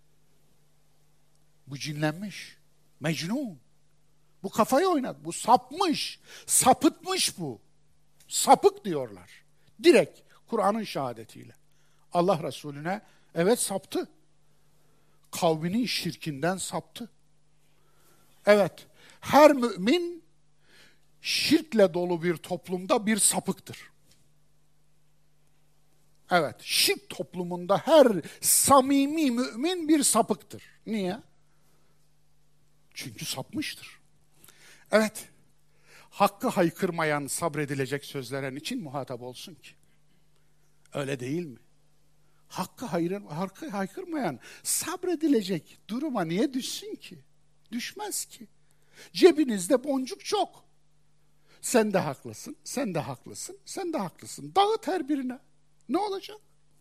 Bu cinlenmiş. Mecnun. Bu kafayı oynadı. Bu sapmış. Sapıtmış bu. Sapık diyorlar. Direkt Kur'an'ın şehadetiyle. Allah Resulüne evet saptı. Kavminin şirkinden saptı. Evet, her mümin şirkle dolu bir toplumda bir sapıktır. Evet, şirk toplumunda her samimi mümin bir sapıktır. Niye? Çünkü sapmıştır. Evet, hakkı haykırmayan sabredilecek sözlerin için muhatap olsun ki. Öyle değil mi? Hakkı haykırmayan sabredilecek duruma niye düşsün ki? Düşmez ki. Cebinizde boncuk çok. Sen de haklısın, sen de haklısın, sen de haklısın. Dağıt her birine. Ne olacak?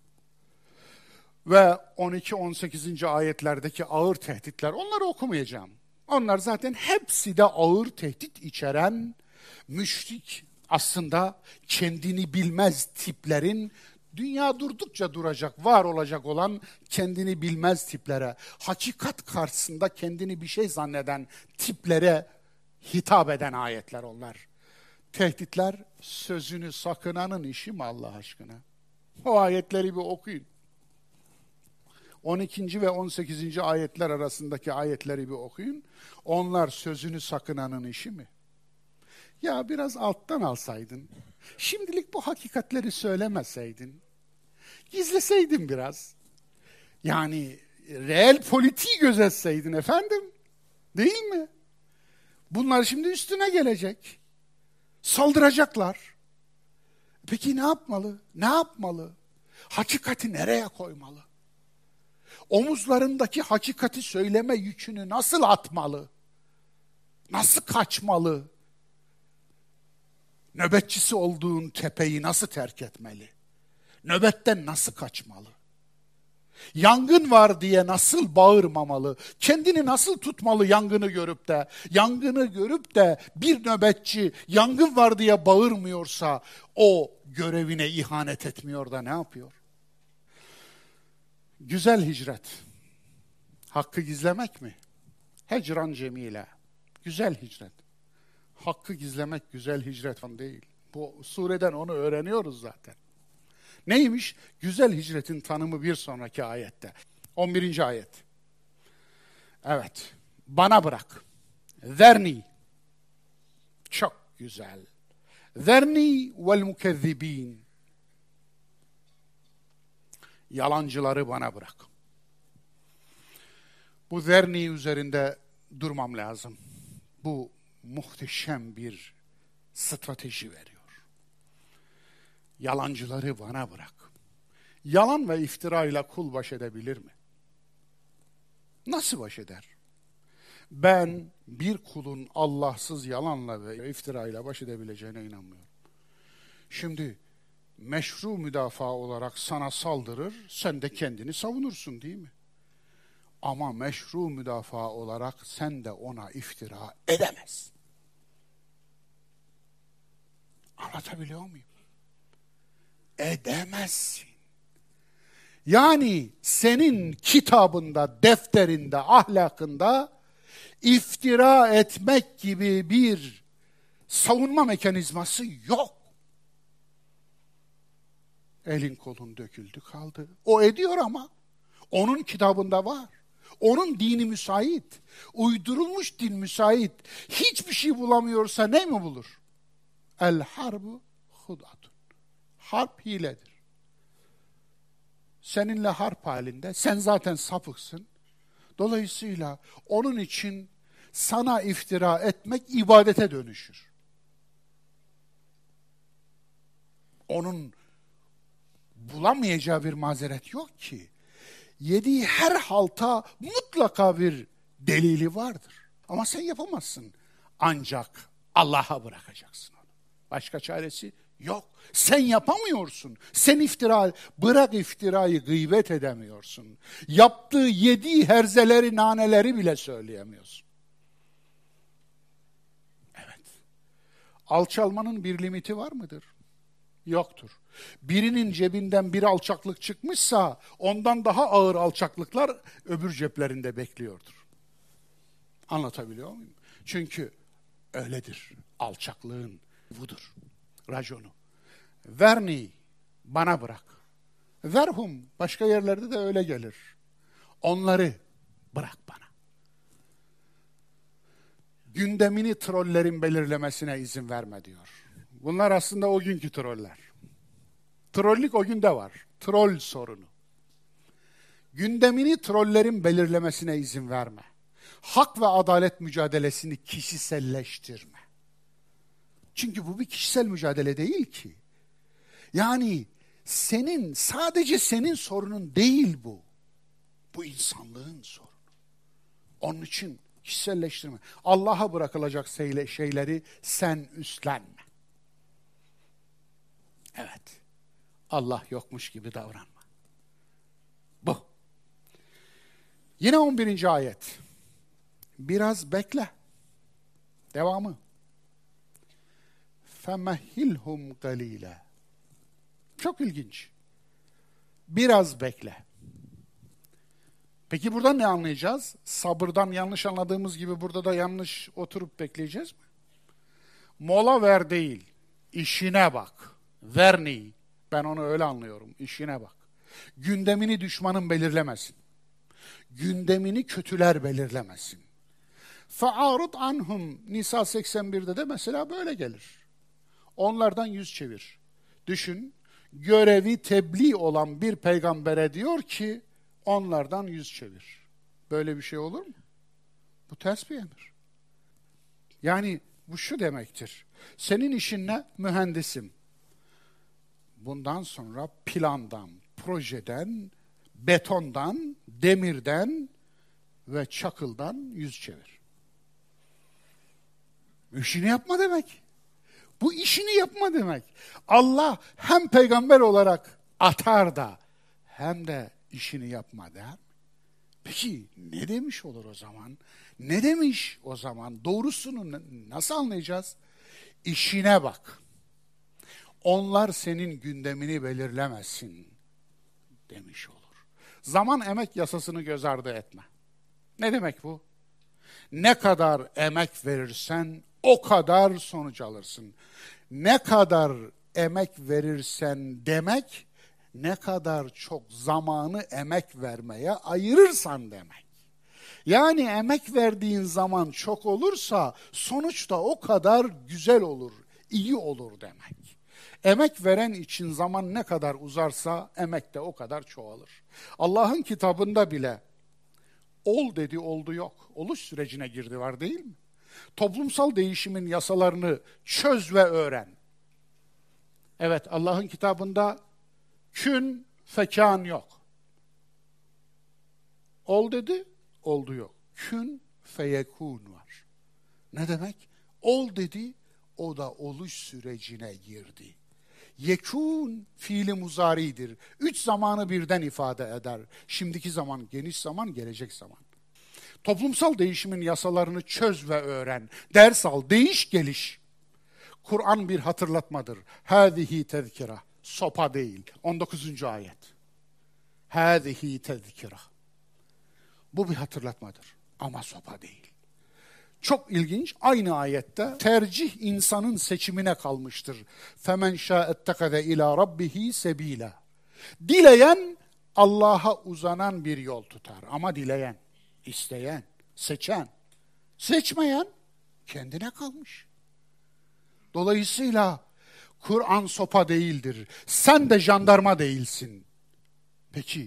Ve 12-18. ayetlerdeki ağır tehditler, onları okumayacağım. Onlar zaten hepsi de ağır tehdit içeren, müşrik, aslında kendini bilmez tiplerin, dünya durdukça duracak, var olacak olan kendini bilmez tiplere, hakikat karşısında kendini bir şey zanneden tiplere hitap eden ayetler onlar. Tehditler, sözünü sakınanın işi mi Allah aşkına? O ayetleri bir okuyun. 12. ve 18. ayetler arasındaki ayetleri bir okuyun. Onlar sözünü sakınanın işi mi? Ya biraz alttan alsaydın, şimdilik bu hakikatleri söylemeseydin, gizleseydin biraz. Yani reel politiği gözetseydin efendim, değil mi? Bunlar şimdi üstüne gelecek. Saldıracaklar. Peki ne yapmalı? Ne yapmalı? Hakikati nereye koymalı? Omuzlarındaki hakikati söyleme yükünü nasıl atmalı? Nasıl kaçmalı? Nöbetçisi olduğun tepeyi nasıl terk etmeli? Nöbetten nasıl kaçmalı? Yangın var diye nasıl bağırmamalı? Kendini nasıl tutmalı yangını görüp de? Yangını görüp de bir nöbetçi yangın var diye bağırmıyorsa o görevine ihanet etmiyor da ne yapıyor? Güzel hicret. Hakkı gizlemek mi? Hecran cemile. Güzel hicret. Hakkı gizlemek güzel hicret falan değil. Bu sureden onu öğreniyoruz zaten. Neymiş? Güzel hicretin tanımı bir sonraki ayette. 11. ayet. Evet. Bana bırak. Zerni. Çok güzel. Zerni vel mukezzibin. Yalancıları bana bırak. Bu zerni üzerinde durmam lazım. Bu muhteşem bir strateji veriyor. Yalancıları bana bırak. Yalan ve iftirayla kul baş edebilir mi? Nasıl baş eder? Ben bir kulun Allahsız yalanla ve iftirayla baş edebileceğine inanmıyorum. Şimdi meşru müdafaa olarak sana saldırır, sen de kendini savunursun değil mi? Ama meşru müdafaa olarak sen de ona iftira edemezsin. Anlatabiliyor muyum? Edemezsin. Yani senin kitabında, defterinde, ahlakında iftira etmek gibi bir savunma mekanizması yok. Elin kolun döküldü kaldı. O ediyor ama onun kitabında var. Onun dini müsait. Uydurulmuş din müsait. Hiçbir şey bulamıyorsa ne mi bulur? El harbu hudatun. Harp hiledir. Seninle harp halinde. Sen zaten sapıksın. Dolayısıyla onun için sana iftira etmek ibadete dönüşür. Onun bulamayacağı bir mazeret yok ki. Yediği her halta mutlaka bir delili vardır. Ama sen yapamazsın. Ancak Allah'a bırakacaksın onu. Başka çaresi yok. Sen yapamıyorsun. Sen bırak iftirayı gıybet edemiyorsun. Yaptığı yediği herzeleri, naneleri bile söyleyemiyorsun. Evet. Alçalmanın bir limiti var mıdır? Yoktur. Birinin cebinden bir alçaklık çıkmışsa ondan daha ağır alçaklıklar öbür ceplerinde bekliyordur. Anlatabiliyor muyum? Çünkü öyledir. Alçaklığın budur. Raconu. Verni, bana bırak. Verhum, başka yerlerde de öyle gelir. Onları bırak bana. Gündemini trollerin belirlemesine izin verme diyor. Bunlar aslında o günkü troller. Trollük o günde var. Troll sorunu. Gündemini trollerin belirlemesine izin verme. Hak ve adalet mücadelesini kişiselleştirme. Çünkü bu bir kişisel mücadele değil ki. Yani sadece senin sorunun değil bu. Bu insanlığın sorunu. Onun için kişiselleştirme. Allah'a bırakılacak şeyleri sen üstlenme. Evet. Allah yokmuş gibi davranma. Bu. Yine 11. ayet. Biraz bekle. Devamı. فَمَهِّلْهُمْ قَلِيلًا. Çok ilginç. Biraz bekle. Peki buradan ne anlayacağız? Sabırdan yanlış anladığımız gibi burada da yanlış oturup bekleyeceğiz mi? Mola ver değil. İşine bak. Verni. Ben onu öyle anlıyorum. İşine bak. Gündemini düşmanın belirlemesin. Gündemini kötüler belirlemesin. فَعَارُضْ عَنْهُمْ. Nisa 81'de de mesela böyle gelir. Onlardan yüz çevir. Düşün, görevi tebliğ olan bir peygambere diyor ki, onlardan yüz çevir. Böyle bir şey olur mu? Bu ters bir emir. Yani bu şu demektir. Senin işin ne? Mühendisim. Bundan sonra plandan, projeden, betondan, demirden ve çakıldan yüz çevir. İşini yapma demek. Bu işini yapma demek. Allah hem peygamber olarak atar da hem de işini yapma der. Peki ne demiş olur o zaman? Ne demiş o zaman? Doğrusunu nasıl anlayacağız? İşine bak. Onlar senin gündemini belirlemesin demiş olur. Zaman emek yasasını göz ardı etme. Ne demek bu? Ne kadar emek verirsen o kadar sonuç alırsın. Ne kadar emek verirsen demek, ne kadar çok zamanı emek vermeye ayırırsan demek. Yani emek verdiğin zaman çok olursa sonuç da o kadar güzel olur, iyi olur demek. Emek veren için zaman ne kadar uzarsa emek de o kadar çoğalır. Allah'ın kitabında bile ol dedi oldu yok. Oluş sürecine girdi var değil mi? Toplumsal değişimin yasalarını çöz ve öğren. Evet, Allah'ın kitabında kün fekan yok. Ol dedi, oldu yok. Kün feyekun var. Ne demek? Ol dedi, o da oluş sürecine girdi. Yekun fiili muzaridir. 3 zamanı birden ifade eder. Şimdiki zaman, geniş zaman, gelecek zaman. Toplumsal değişimin yasalarını çöz ve öğren. Ders al, değiş, geliş. Kur'an bir hatırlatmadır. Hâzihi tezkira. Sopa değil. 19. ayet. Hâzihi tezkira. Bu bir hatırlatmadır ama sopa değil. Çok ilginç, aynı ayette tercih insanın seçimine kalmıştır. فَمَنْ شَاءَ اتَّخَذَ اِلَى رَبِّهِ سَب۪يلًا. Dileyen Allah'a uzanan bir yol tutar. Ama dileyen, isteyen, seçen, seçmeyen kendine kalmış. Dolayısıyla Kur'an sopa değildir. Sen de jandarma değilsin. Peki,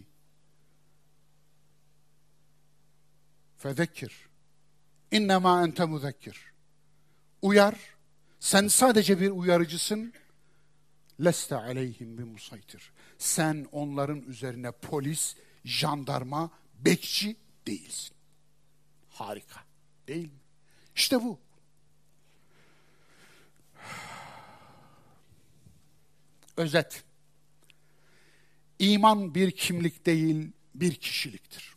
fezekkir. İnnemâ ente muzekkir. Uyar. Sen sadece bir uyarıcısın. Leste aleyhim bi musaytir. Sen onların üzerine polis, jandarma, bekçi değilsin. Harika. Değil mi? İşte bu. Özet. İman bir kimlik değil, bir kişiliktir.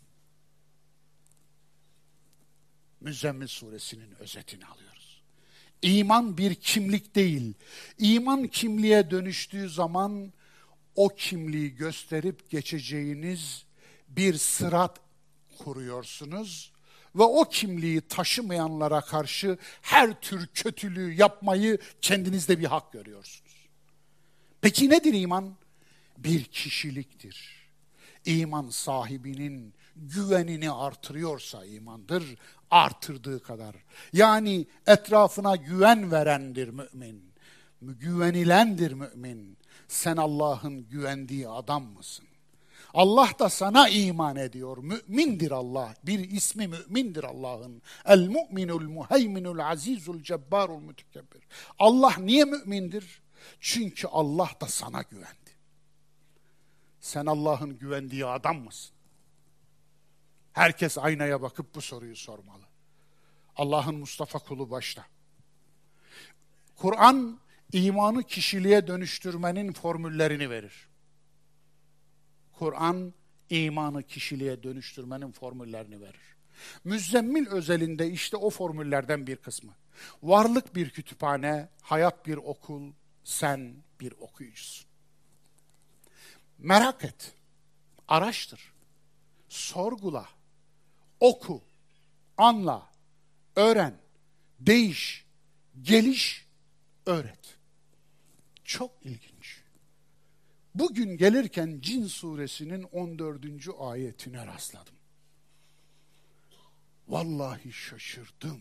Müzzemmil suresinin özetini alıyoruz. İman bir kimlik değil. İman kimliğe dönüştüğü zaman o kimliği gösterip geçeceğiniz bir sırat kuruyorsunuz ve o kimliği taşımayanlara karşı her tür kötülüğü yapmayı kendinizde bir hak görüyorsunuz. Peki nedir iman? Bir kişiliktir. İman sahibinin güvenini artırıyorsa imandır, artırdığı kadar. Yani etrafına güven verendir mümin, güvenilendir mümin. Sen Allah'ın güvendiği adam mısın? Allah da sana iman ediyor. Mümindir Allah. Bir ismi mümindir Allah'ın. El-mu'minul muheyminul azizul cebbarul mütekebbir. Allah niye mümindir? Çünkü Allah da sana güvendi. Sen Allah'ın güvendiği adam mısın? Herkes aynaya bakıp bu soruyu sormalı. Allah'ın Mustafa kulu başta. Kur'an imanı kişiliğe dönüştürmenin formüllerini verir. Kur'an imanı kişiliğe dönüştürmenin formüllerini verir. Müzzemmil özelinde işte o formüllerden bir kısmı. Varlık bir kütüphane, hayat bir okul, sen bir okuyucusun. Merak et, araştır, sorgula, oku, anla, öğren, değiş, geliş, öğret. Çok ilginç. Bugün gelirken Cin suresinin 14. ayetine rastladım. Vallahi şaşırdım.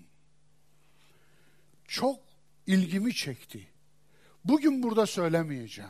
Çok ilgimi çekti. Bugün burada söylemeyeceğim.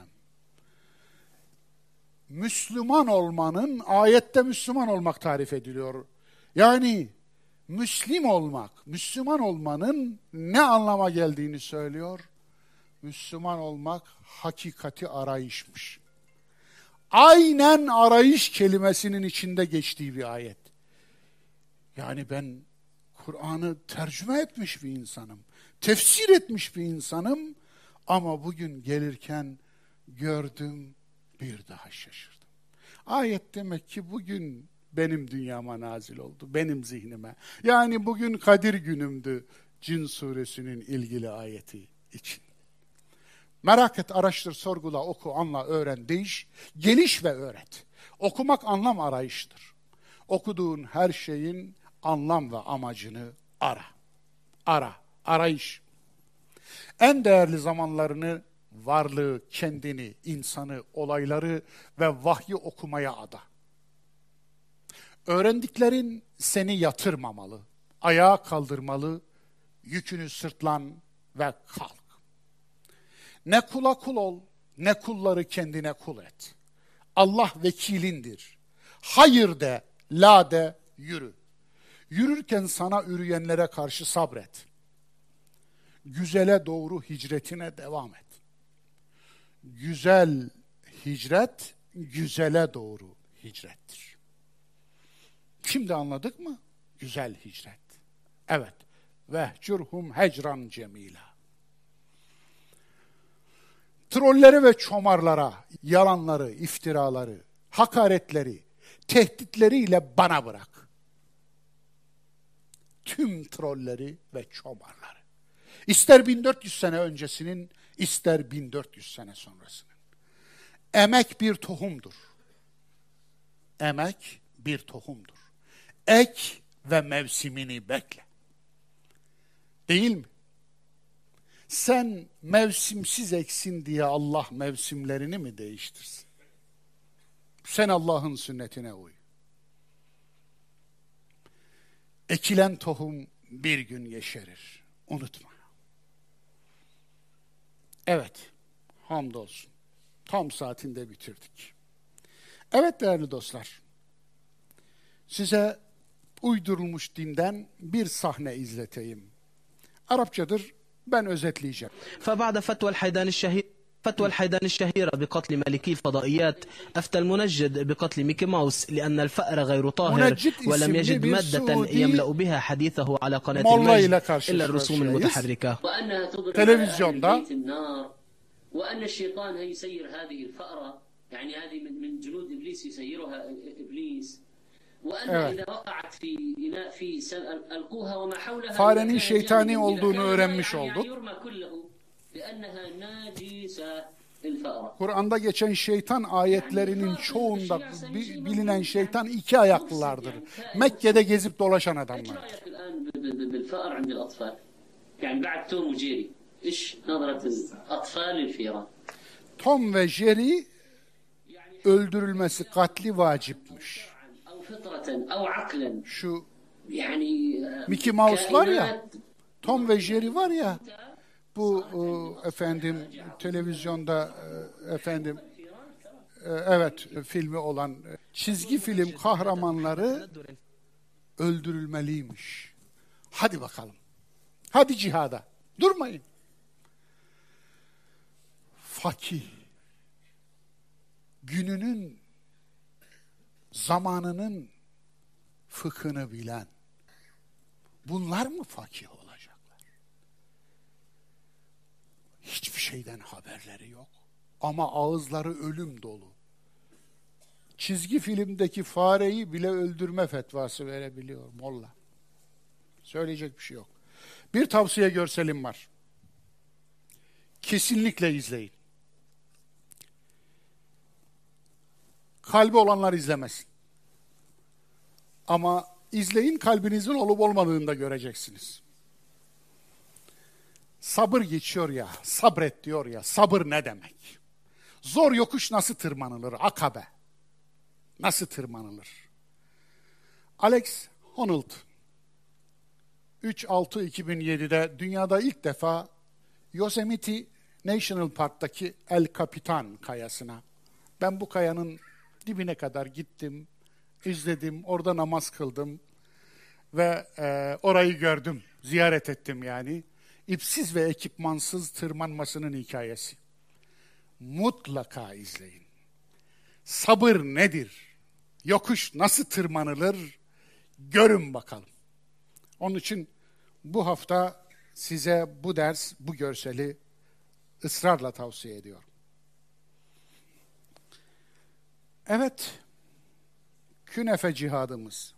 Müslüman olmanın, ayette Müslüman olmak tarif ediliyor. Yani Müslim olmak, Müslüman olmanın ne anlama geldiğini söylüyor. Müslüman olmak hakikati arayışmış. Aynen arayış kelimesinin içinde geçtiği bir ayet. Yani ben Kur'an'ı tercüme etmiş bir insanım, tefsir etmiş bir insanım. Ama bugün gelirken gördüm, bir daha şaşırdım. Ayet demek ki bugün benim dünyama nazil oldu, benim zihnime. Yani bugün Kadir günümdü Cin suresinin ilgili ayeti için. Merak et, araştır, sorgula, oku, anla, öğren, değiş, geliş ve öğret. Okumak anlam arayıştır. Okuduğun her şeyin anlam ve amacını ara. Arayış. En değerli zamanlarını, varlığı, kendini, insanı, olayları ve vahyi okumaya ada. Öğrendiklerin seni yatırmamalı, ayağa kaldırmalı, yükünü sırtlan ve kalk. Ne kula kul ol, ne kulları kendine kul et. Allah vekilindir. Hayır de, la de, yürü. Yürürken sana yürüyenlere karşı sabret. Güzele doğru hicretine devam et. Güzel hicret, güzele doğru hicrettir. Şimdi anladık mı? Güzel hicret. Evet. Vehcurhum hecran cemila. Trolleri ve çomarlara, yalanları, iftiraları, hakaretleri, tehditleriyle bana bırak. Tüm trolleri ve çomarları. İster 1400 sene öncesinin, ister 1400 sene sonrasının. Emek bir tohumdur. Emek bir tohumdur. Ek ve mevsimini bekle. Değil mi? Sen mevsimsiz eksin diye Allah mevsimlerini mi değiştirsin? Sen Allah'ın sünnetine uy. Ekilen tohum bir gün yeşerir. Unutma. Evet, hamdolsun. Tam saatinde bitirdik. Evet değerli dostlar, size uydurulmuş dinden bir sahne izleteyim. Arapçadır, ben özetleyeceğim. فبعد فتوى الحيدان الشهيرة بقتل ملكي الفضائيات أفتى المنجد بقتل ميكي ماوس لأن الفأر غير طاهر ولم يجد مادة يملأ بها حديثه على قناة المجد إلا الرسوم المتحركة. Televizyonda وأن الشيطان يسير هذه الفأرة يعني هذه من جنود إبليس يسيرها إبليس وأن إذا وقعت في إناء في ألقوها وما حولها farenin şeytani olduğunu öğrenmiş olduk. Kur'an'da geçen şeytan ayetlerinin çoğunda bilinen şeytan iki ayaklılardır. Mekke'de gezip dolaşan adamlar. Tom ve Jerry öldürülmesi, katli vacipmiş. Şu Mickey Mouse var ya, Tom ve Jerry var ya, bu efendim televizyonda evet filmi olan çizgi film kahramanları öldürülmeliymiş. Hadi bakalım. Hadi cihada. Durmayın. Fakih, gününün, zamanının fıkhını bilen, bunlar mı fakih olacaklar? Hiçbir şeyden haberleri yok. Ama ağızları ölüm dolu. Çizgi filmdeki fareyi bile öldürme fetvası verebiliyor molla. Söyleyecek bir şey yok. Bir tavsiye görselim var. Kesinlikle izleyin. Kalbi olanlar izlemesin. Ama izleyin, kalbinizin olup olmadığını da göreceksiniz. Sabır geçiyor ya, sabret diyor ya, sabır ne demek? Zor yokuş nasıl tırmanılır? Akabe. Nasıl tırmanılır? Alex Honnold 3/6/2007'de dünyada ilk defa Yosemite National Park'taki El Capitan kayasına, ben bu kayanın dibine kadar gittim, izledim, orada namaz kıldım ve orayı gördüm, ziyaret ettim yani. İpsiz ve ekipmansız tırmanmasının hikayesi. Mutlaka izleyin. Sabır nedir? Yokuş nasıl tırmanılır? Görün bakalım. Onun için bu hafta size bu ders, bu görseli ısrarla tavsiye ediyorum. Evet, künefe cihadımız.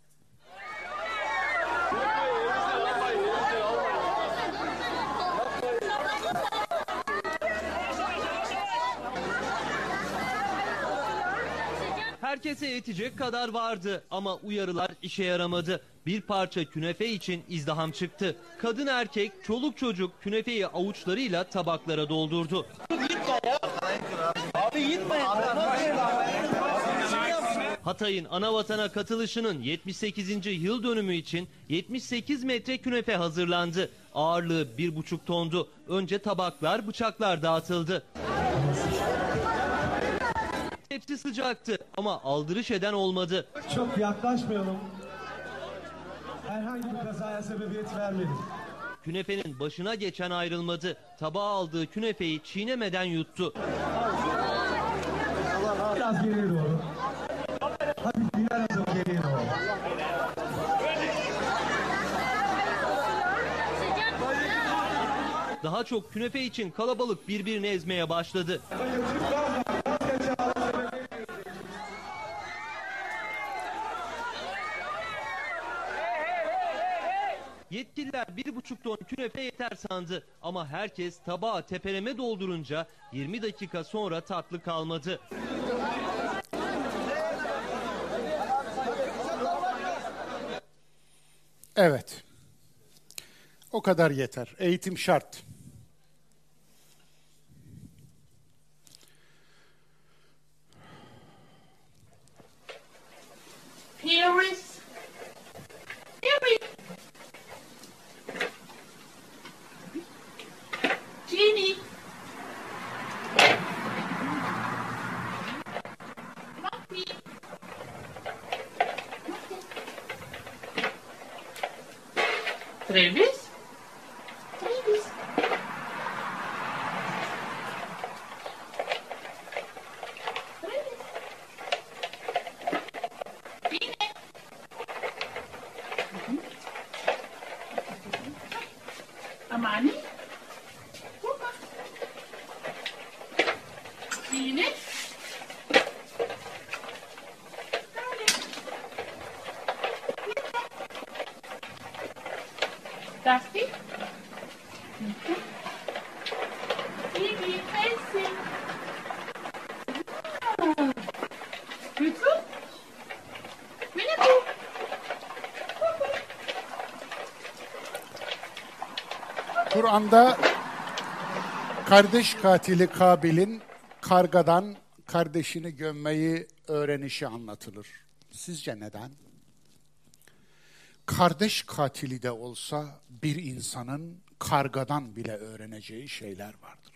Herkese yetecek kadar vardı ama uyarılar işe yaramadı. Bir parça künefe için izdiham çıktı. Kadın erkek, çoluk çocuk künefeyi avuçlarıyla tabaklara doldurdu. Hatay'ın Anavatana katılışının 78. yıl dönümü için 78 metre künefe hazırlandı. Ağırlığı 1,5 tondu. Önce tabaklar, bıçaklar dağıtıldı. Hepsi sıcaktı ama aldırış eden olmadı. Çok yaklaşmayalım. Herhangi bir kazaya sebebiyet vermedim. Künefenin başına geçen ayrılmadı. Tabağa aldığı künefeyi çiğnemeden yuttu. Biraz geriye doğru. Hadi diğer adım geriye doğru. Daha çok künefe için kalabalık birbirini ezmeye başladı. Yetkililer 1,5 ton künefe yeter sandı ama herkes tabağı tepeleme doldurunca 20 dakika sonra tatlı kalmadı. Evet. O kadar yeter. Eğitim şart. Paris. Genie. Travis. Travis. Amani. Yine. Dusty. Phoebe, Casey. Bütün. Winnie. Kur'an'da kardeş katili Kabil'in kargadan kardeşini gömmeyi öğrenişi anlatılır. Sizce neden? Kardeş katili de olsa bir insanın kargadan bile öğreneceği şeyler vardır.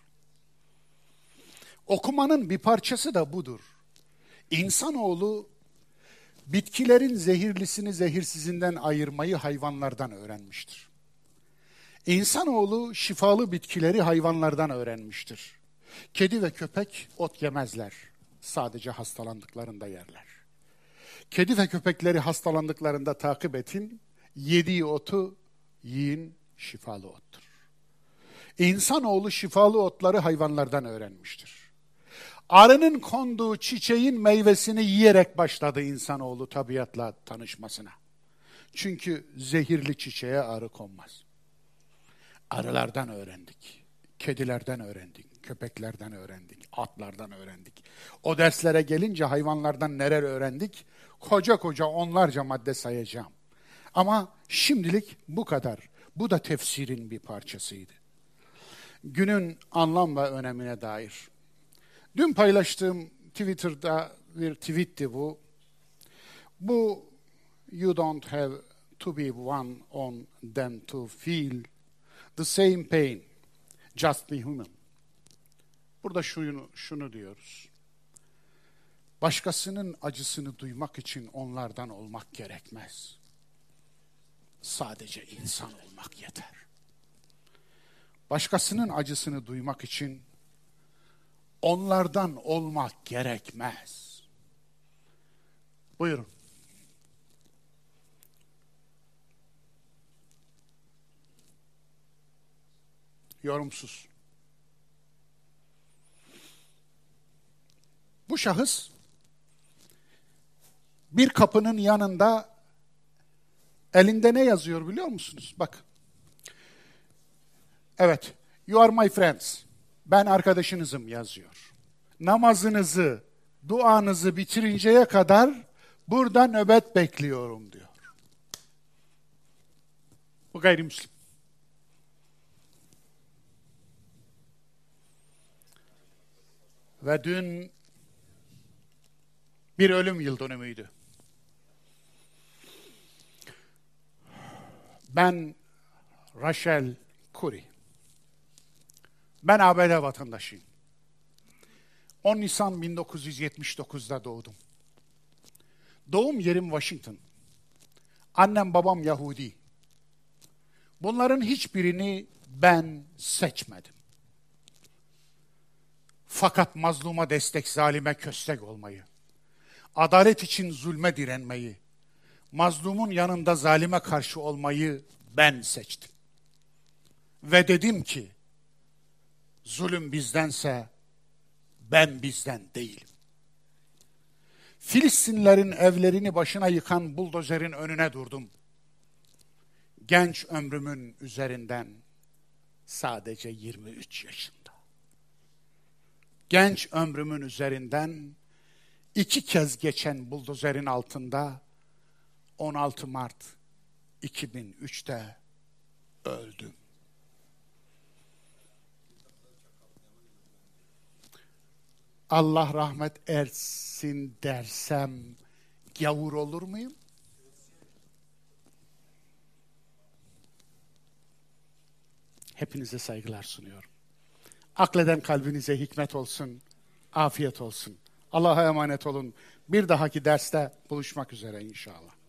Okumanın bir parçası da budur. İnsanoğlu bitkilerin zehirlisini zehirsizinden ayırmayı hayvanlardan öğrenmiştir. İnsanoğlu şifalı bitkileri hayvanlardan öğrenmiştir. Kedi ve köpek ot yemezler. Sadece hastalandıklarında yerler. Kedi ve köpekleri hastalandıklarında takip edin. Yediği otu yiyin, şifalı ottur. İnsanoğlu şifalı otları hayvanlardan öğrenmiştir. Arının konduğu çiçeğin meyvesini yiyerek başladı insanoğlu tabiatla tanışmasına. Çünkü zehirli çiçeğe arı konmaz. Arılardan öğrendik, kedilerden öğrendik, köpeklerden öğrendik, atlardan öğrendik. O derslere gelince hayvanlardan neler öğrendik? Koca koca onlarca madde sayacağım. Ama şimdilik bu kadar. Bu da tefsirin bir parçasıydı. Günün anlam ve önemine dair. Dün paylaştığım Twitter'da bir tweetti bu. Bu you don't have to be one on them to feel the same pain. Just be human. Burada şunu diyoruz. Başkasının acısını duymak için onlardan olmak gerekmez. Sadece insan olmak yeter. Başkasının acısını duymak için onlardan olmak gerekmez. Buyurun. Yorumsuz. Bu şahıs bir kapının yanında elinde ne yazıyor biliyor musunuz? Bak. Evet. You are my friends. Ben arkadaşınızım yazıyor. Namazınızı, duanızı bitirinceye kadar burada nöbet bekliyorum diyor. Bu gayrimüslim. Ve dün bir ölüm yıl dönümüydü. Ben Rachel Curry. Ben ABD vatandaşıyım. 10 Nisan 1979'da doğdum. Doğum yerim Washington. Annem babam Yahudi. Bunların hiçbirini ben seçmedim. Fakat mazluma destek, zalime köstek olmayı, adalet için zulme direnmeyi, mazlumun yanında zalime karşı olmayı ben seçtim. Ve dedim ki, zulüm bizdense ben bizden değilim. Filistinlerin evlerini başına yıkan buldozerin önüne durdum. Genç ömrümün üzerinden sadece 23 yaşında. Genç ömrümün üzerinden 2 kez geçen buldozerin altında 16 Mart 2003'te öldüm. Allah rahmet etsin dersem gavur olur muyum? Hepinize saygılar sunuyorum. Akleden kalbinize hikmet olsun, afiyet olsun. Allah'a emanet olun. Bir dahaki derste buluşmak üzere inşallah.